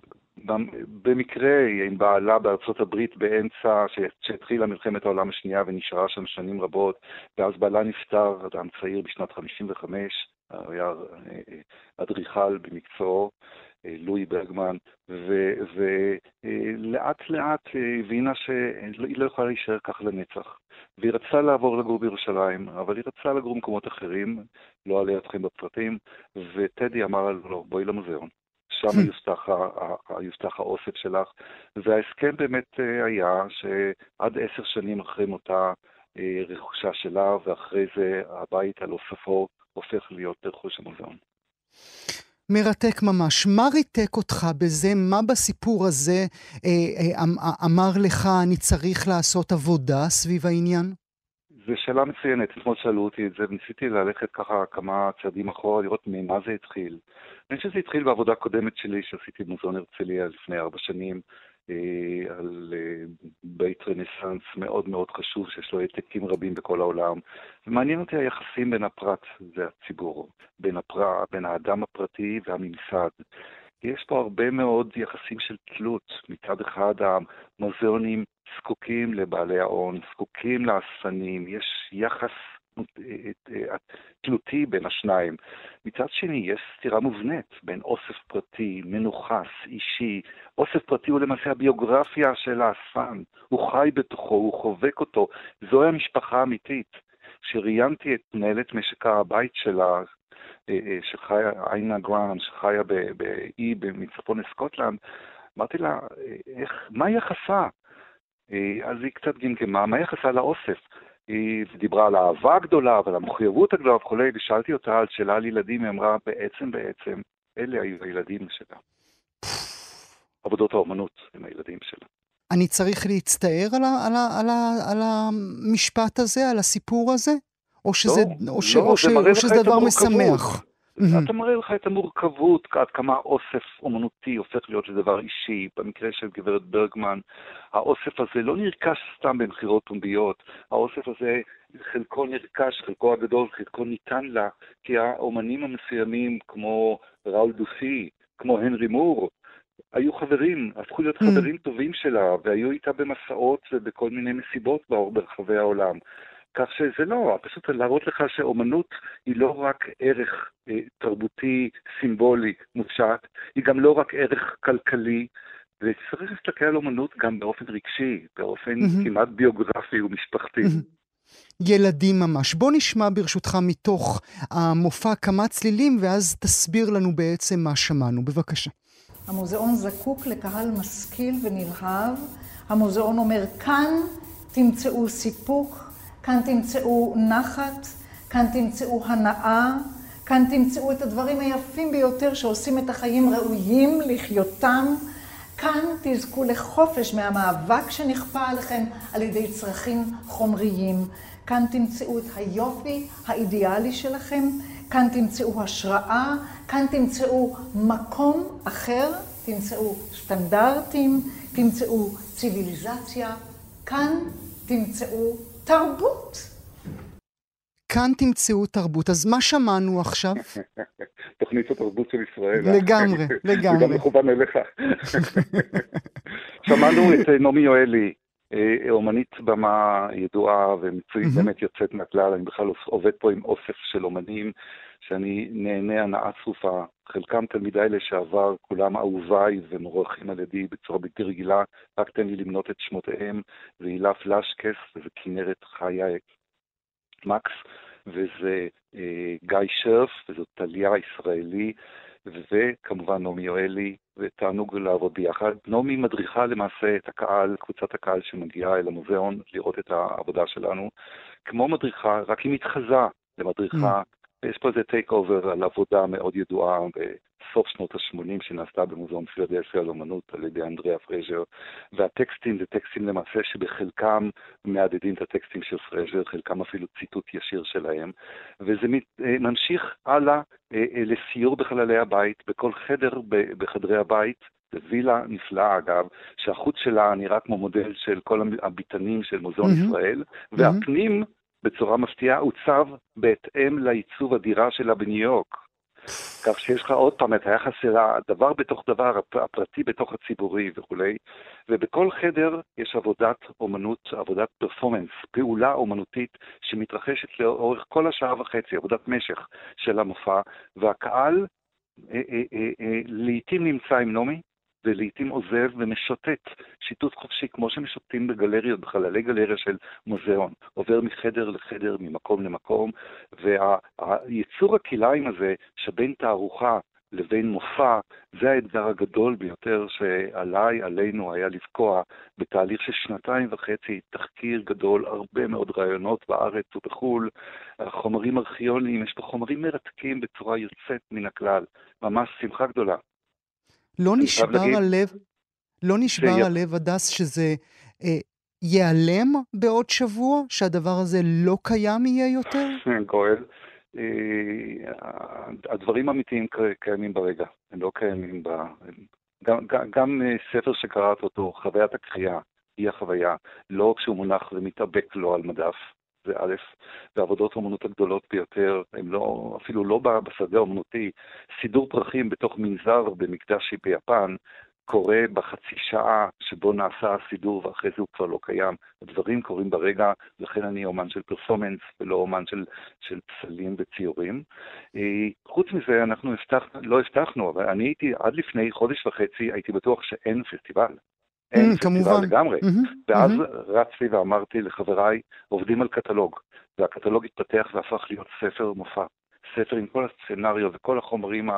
במקרה עם בעלה בארצות הברית באמצע, שהתחילה מלחמת העולם השנייה ונשארה שם שנים רבות, ואז בעלה נפטר, אדם צעיר בשנת חמישים וחמש, היה אדריכל במקצועו, לואי ברגמן, ולאט לאט הבינה שהיא לא יכולה להישאר כך לנצח. והיא רצה לעבור לגור בירושלים, אבל היא רצה לגור במקומות אחרים, לא עליה אתכם בפרטים, וטדי אמר לו, בואי למוזיאון. שם יובטח, יובטח האוסף שלך, וההסכם באמת היה שעד עשר שנים אחרי מותה רכושה שלה, ואחרי זה הבית על אוספו הופך להיות רכוש המוזיאון. מרתק ממש. מה ריתק אותך בזה? מה בסיפור הזה אה, אה, אמר לך אני צריך לעשות עבודה סביב העניין? זו שאלה מצוינת. אתמול שאלו אותי את זה, וניסיתי ללכת ככה כמה צעדים אחורה, לראות ממה זה התחיל. אני חושב שזה התחיל בעבודה קודמת שלי, שעשיתי במוזיאון הרצליה לפני ארבע שנים, אה, על אה, בית רנסנס מאוד מאוד חשוב, שיש לו העתקים רבים בכל העולם. ומעניין אותי היחסים בין הפרט והציבור, בין, הפרט, בין האדם הפרטי והממסד. יש פה הרבה מאוד יחסים של תלות. מצד אחד המוזיאונים זקוקים לבעלי ההון, זקוקים לאספנים, יש יחס תלותי בין השניים. מצד שני, יש סתירה מובנית בין אוסף פרטי, מנוחס, אישי. אוסף פרטי הוא למעשה הביוגרפיה של האספן. הוא חי בתוכו, הוא חובק אותו. זוהי המשפחה האמיתית. כשראיינתי את מנהלת משק הבית שלה, שחיה, איינה גראם, שחיה באי מצפון סקוטלנד, אמרתי לה, איך, מה יחסה? אז היא קצת גמגמה, מה יחסה לאוסף? היא דיברה על האהבה הגדולה ועל המחויבות הגדולה וכולי, ושאלתי אותה על שאלה על ילדים, היא אמרה, בעצם, בעצם, אלה היו הילדים שלה. עבודות האומנות הם הילדים שלה. אני צריך להצטער על, ה, על, ה, על, ה, על המשפט הזה, על הסיפור הזה? או שזה, לא, או ש, לא, או ש, או שזה דבר משמח? אתה מראה לך את המורכבות, עד כמה אוסף אומנותי הופך להיות לדבר אישי. במקרה של גברת ברגמן, האוסף הזה לא נרכש סתם במחירות פומביות. האוסף הזה, חלקו נרכש, חלקו הגדול, חלקו ניתן לה, כי האומנים המסוימים, כמו ראול דופי, כמו הנרי מור, היו חברים, הפכו להיות חברים טובים שלה, והיו איתה במסעות ובכל מיני מסיבות ברחבי העולם. כך שזה לא, פשוט להראות לך שאומנות היא לא רק ערך אה, תרבותי, סימבולי, מופשט, היא גם לא רק ערך כלכלי, וצריך להסתכל על אומנות גם באופן רגשי, באופן mm-hmm. כמעט ביוגרפי ומשפחתי. Mm-hmm. ילדים ממש. בוא נשמע ברשותך מתוך המופע כמה צלילים, ואז תסביר לנו בעצם מה שמענו. בבקשה. המוזיאון זקוק לקהל משכיל ונלהב. המוזיאון אומר, כאן תמצאו סיפוק, כאן תמצאו נחת, כאן תמצאו הנאה, כאן תמצאו את הדברים היפים ביותר שעושים את החיים ראויים לחיותם, כאן תזכו לחופש מהמאבק שנכפה עליכם על ידי צרכים חומריים, כאן תמצאו את היופי האידיאלי שלכם, כאן תמצאו השראה, כאן תמצאו מקום אחר, תמצאו סטנדרטים, תמצאו ציוויליזציה, כאן תמצאו תרבות. כאן תמצאו תרבות. אז מה שמענו עכשיו? תוכנית התרבות של ישראל. לגמרי, לגמרי. זה גם מכוון אליך. שמענו את נעמי יואלי, אומנית במה ידועה ומצויית, באמת יוצאת מהכלל. אני בכלל עובד פה עם אוסף של אומנים שאני נהנה הנאה צרופה. חלקם תלמידיי לשעבר, כולם אהוביי ומוערכים על ידי בצורה בלתי רגילה. רק תן לי למנות את שמותיהם. זה הילה פלשקס וזה כנרת חיה מקס, וזה אה, גיא שרף, וזו טליה ישראלי, וכמובן נעמי יואלי, ותענוג לעבוד ביחד. נעמי מדריכה למעשה את הקהל, קבוצת הקהל שמגיעה אל המוזיאון לראות את העבודה שלנו. כמו מדריכה, רק היא מתחזה למדריכה. Mm. יש פה איזה טייק אובר על עבודה מאוד ידועה בסוף שנות ה-שמונים שנעשתה במוזיאון פילדלפיה לאמנות על ידי אנדריה פרז'ר, והטקסטים זה טקסטים למעשה שבחלקם מעדדים את הטקסטים של פרז'ר, חלקם אפילו ציטוט ישיר שלהם, וזה ממשיך הלאה לסיור בחללי הבית, בכל חדר בחדרי הבית, זה וילה נפלאה אגב, שהחוץ שלה נראה כמו מודל של כל הביטנים של מוזיאון mm-hmm. ישראל, והפנים mm-hmm. בצורה מפתיעה עוצב בהתאם לעיצוב הדירה שלה בניו יורק. כך שיש לך עוד פעם את היחס של הדבר בתוך דבר, הפרטי בתוך הציבורי וכולי, ובכל חדר יש עבודת אומנות, עבודת פרפורמנס, פעולה אומנותית שמתרחשת לאורך כל השעה וחצי, עבודת משך של המופע, והקהל אה, אה, אה, אה, לעתים נמצא עם נעמי, ולעתים עוזב ומשוטט שיטוט חופשי, כמו שמשוטטים בגלריות, בחללי גלריה של מוזיאון. עובר מחדר לחדר, ממקום למקום, והיצור הכלאיים הזה שבין תערוכה לבין מופע, זה האתגר הגדול ביותר שעליי, עלינו היה לבקוע בתהליך של שנתיים וחצי, תחקיר גדול, הרבה מאוד רעיונות בארץ ובחול, חומרים ארכיוניים, יש פה חומרים מרתקים בצורה יוצאת מן הכלל, ממש שמחה גדולה. לא נשבר הלב, לא נשבר הלב, הדס, שזה אה, ייעלם בעוד שבוע, שהדבר הזה לא קיים יהיה יותר? גואל, אה, הדברים האמיתיים קיימים ברגע, הם לא קיימים ב... גם, גם, גם ספר שקראת אותו, חוויית הקריאה, היא החוויה, לא כשהוא מונח ומתאבק לו על מדף. זה א', ועבודות האמנות הגדולות ביותר, הם לא, אפילו לא בשדה האמנותי, סידור פרחים בתוך מנזר במקדש ביפן, קורה בחצי שעה שבו נעשה הסידור ואחרי זה הוא כבר לא קיים. הדברים קורים ברגע, לכן אני אומן של פרסומנס ולא אומן של, של פסלים וציורים. חוץ מזה, אנחנו הבטח, לא הבטחנו, אבל אני הייתי עד לפני חודש וחצי, הייתי בטוח שאין פסטיבל. אין פסטיבל לגמרי. ואז רצתי ואמרתי לחבריי, עובדים על קטלוג, והקטלוג התפתח והפך להיות ספר מופע. ספר עם כל הסצנריו וכל החומרים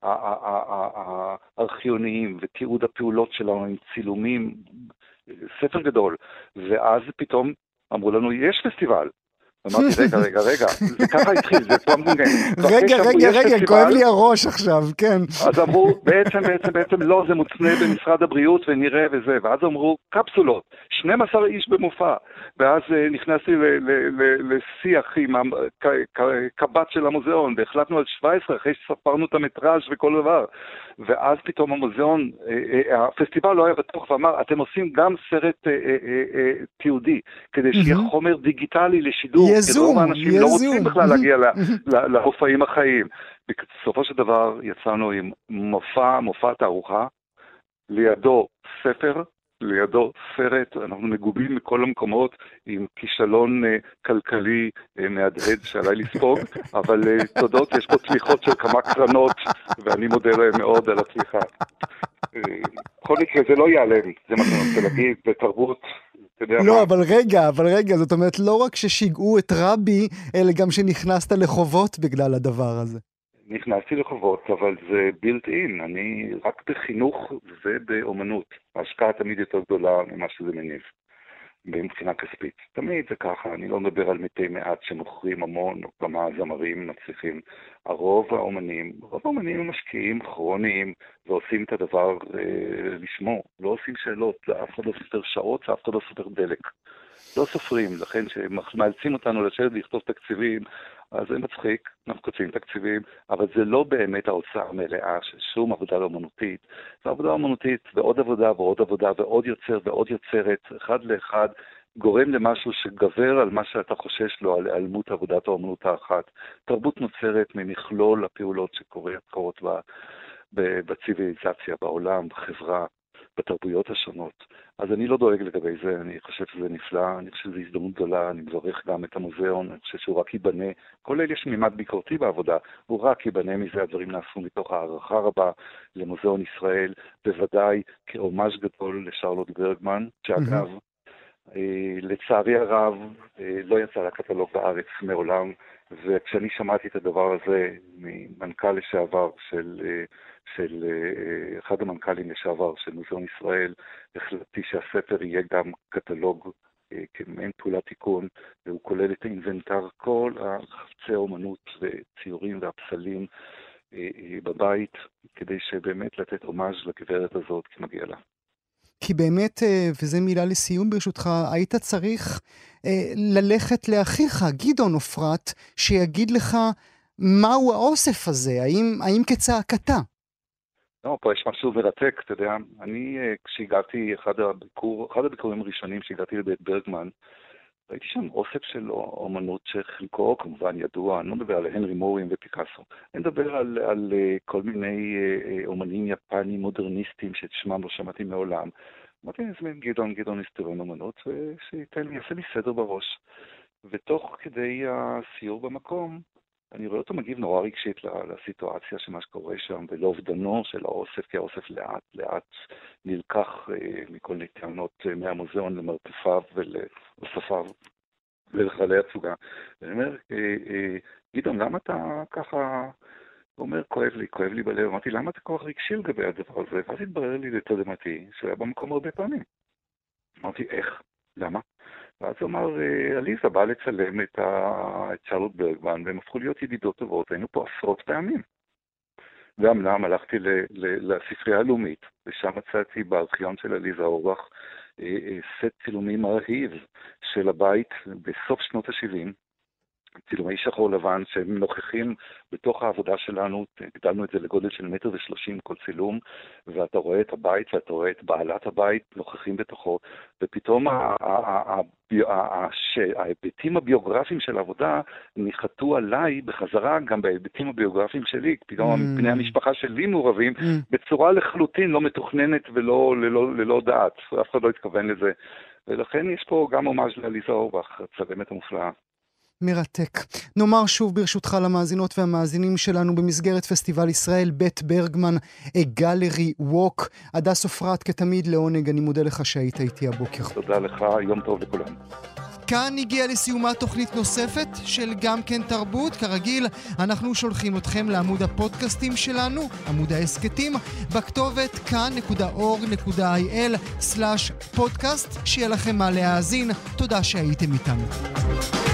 הארכיוניים ותיעוד הפעולות שלנו עם צילומים, ספר גדול. ואז פתאום אמרו לנו, יש פסטיבל. אמרתי, רגע, רגע, רגע, זה ככה התחיל, זה פעם גונגן. רגע, רגע, רגע, כואב לי הראש עכשיו, כן. אז אמרו, בעצם, בעצם, בעצם, לא, זה מוצנה במשרד הבריאות ונראה וזה, ואז אמרו, קפסולות, שנים עשר איש במופע, ואז נכנסתי לשיח עם הקב"ט של המוזיאון, והחלטנו על שבע עשרה, אחרי שספרנו את המטראז' וכל דבר, ואז פתאום המוזיאון, הפסטיבל לא היה בטוח, ואמר, אתם עושים גם סרט תיעודי, כדי שיהיה חומר דיגיטלי לשידור, יזום, אנשים יזום. לא רוצים בכלל להגיע להופעים החיים. בסופו של דבר יצאנו עם מופע, מופע תערוכה, לידו ספר, לידו סרט, אנחנו מגובים מכל המקומות עם כישלון כלכלי מהדהד שעליי לספוג, אבל תודות, יש פה תמיכות של כמה קרנות, ואני מודה להם מאוד על התמיכה. בכל מקרה, זה לא ייעלם, זה מה שאני רוצה להגיד, בתרבות, לא, אבל רגע, אבל רגע, זאת אומרת, לא רק ששיגעו את רבי, אלא גם שנכנסת לחובות בגלל הדבר הזה. נכנסתי לחובות, אבל זה built in, אני רק בחינוך ובאומנות. ההשקעה תמיד יותר גדולה ממה שזה מניב, מבחינה כספית. תמיד זה ככה, אני לא מדבר על מתי מעט שמוכרים המון, או כמה זמרים מצליחים. הרוב האומנים, רוב האומנים הם משקיעים כרוניים, ועושים את הדבר אה, לשמו. לא עושים שאלות, אף אחד לא סופר שעות, אף אחד לא סופר דלק. לא סופרים, לכן שמאלצים אותנו לשבת לכתוב תקציבים, אז זה מצחיק, אנחנו כותבים תקציבים, אבל זה לא באמת ההוצאה המלאה של שום עבודה אומנותית. זו עבודה אומנותית ועוד עבודה ועוד עבודה ועוד יוצר ועוד יוצרת, אחד לאחד, גורם למשהו שגבר על מה שאתה חושש לו, על היעלמות עבודת האומנות האחת. תרבות נוצרת ממכלול הפעולות שקורות בציוויליזציה, בעולם, בחברה, בתרבויות השונות. אז אני לא דואג לגבי זה, אני חושב שזה נפלא, אני חושב שזו הזדמנות גדולה, אני מברך גם את המוזיאון, אני חושב שהוא רק ייבנה, כולל יש מימד ביקורתי בעבודה, הוא רק ייבנה מזה, הדברים נעשו מתוך הערכה רבה למוזיאון ישראל, בוודאי כאומאז' גדול לשרלוט ברגמן, שאגב, לצערי הרב, לא יצא לקטלוג בארץ מעולם, וכשאני שמעתי את הדבר הזה ממנכ"ל לשעבר של, של אחד המנכ"לים לשעבר של מוזיאון ישראל, החלטתי שהספר יהיה גם קטלוג כמעין פעולת תיקון, והוא כולל את האינבנטר, כל החפצי האומנות וציורים והפסלים בבית, כדי שבאמת לתת אומאז' לגברת הזאת כמגיע לה. כי באמת, וזה מילה לסיום ברשותך, היית צריך ללכת לאחיך, גדעון עופרת, שיגיד לך מהו האוסף הזה, האם, האם כצעקתה? לא, פה יש משהו מרתק, אתה יודע, אני כשהגעתי, אחד, הביקור, אחד הביקורים הראשונים שהגעתי לבית ברגמן, ראיתי שם אוסף של אומנות שחלקו כמובן ידוע, אני לא מדבר על הנרי מורים ופיקאסו, אני מדבר על, על כל מיני אומנים יפנים מודרניסטים ששמם לא שמעתי מעולם. אמרתי, נזמין גדעון, גדעון היסטוריון אומנות, ושייתן לי, יעשה לי סדר בראש. ותוך כדי הסיור במקום, אני רואה אותו מגיב נורא רגשית לסיטואציה של מה שקורה שם, ולאובדנו של האוסף, כי האוסף לאט לאט נלקח מכל מיני טענות מהמוזיאון למרתפיו ולאוספיו ולחלי הצוגה. ואני אומר, גדעון, למה אתה ככה... הוא אומר, כואב לי, כואב לי בלב. אמרתי, למה אתה כל כך רגשי לגבי הדבר הזה? ואז התברר לי לתדהמתי שהוא היה במקום הרבה פעמים. אמרתי, איך? למה? ואז הוא אמר, עליזה באה לצלם את, ה... את שרלוט ברגמן, והם הפכו להיות ידידות טובות, היינו פה עשרות פעמים. ואמנם הלכתי ל... ל... לספרייה הלאומית, ושם מצאתי בארכיון של עליזה אורבך, סט צילומים מרהיב של הבית בסוף שנות ה-שבעים, צילומי שחור לבן שהם נוכחים בתוך העבודה שלנו, גדלנו את זה לגודל של מטר ושלושים כל צילום, ואתה רואה את הבית ואתה רואה את בעלת הבית נוכחים בתוכו, ופתאום ההיבטים הביוגרפיים של העבודה ניחתו עליי בחזרה גם בהיבטים הביוגרפיים שלי, פתאום בני המשפחה שלי מעורבים בצורה לחלוטין לא מתוכננת ולא ללא דעת, אף אחד לא התכוון לזה, ולכן יש פה גם אומאז' לעליזה אורבך, הצלמת המופלאה. מרתק. נאמר שוב ברשותך למאזינות והמאזינים שלנו במסגרת פסטיבל ישראל בית ברגמן גלרי ווק. הדס עופרת כתמיד לעונג, אני מודה לך שהיית איתי הבוקר. תודה לך, יום טוב לכולם. כאן הגיעה לסיומה תוכנית נוספת של גם כן תרבות. כרגיל, אנחנו שולחים אתכם לעמוד הפודקאסטים שלנו, עמוד העסקתים, בכתובת כאן נקודה אורג נקודה איי אל סלאש פודקאסט. שיהיה לכם מה להאזין. תודה שהייתם איתנו.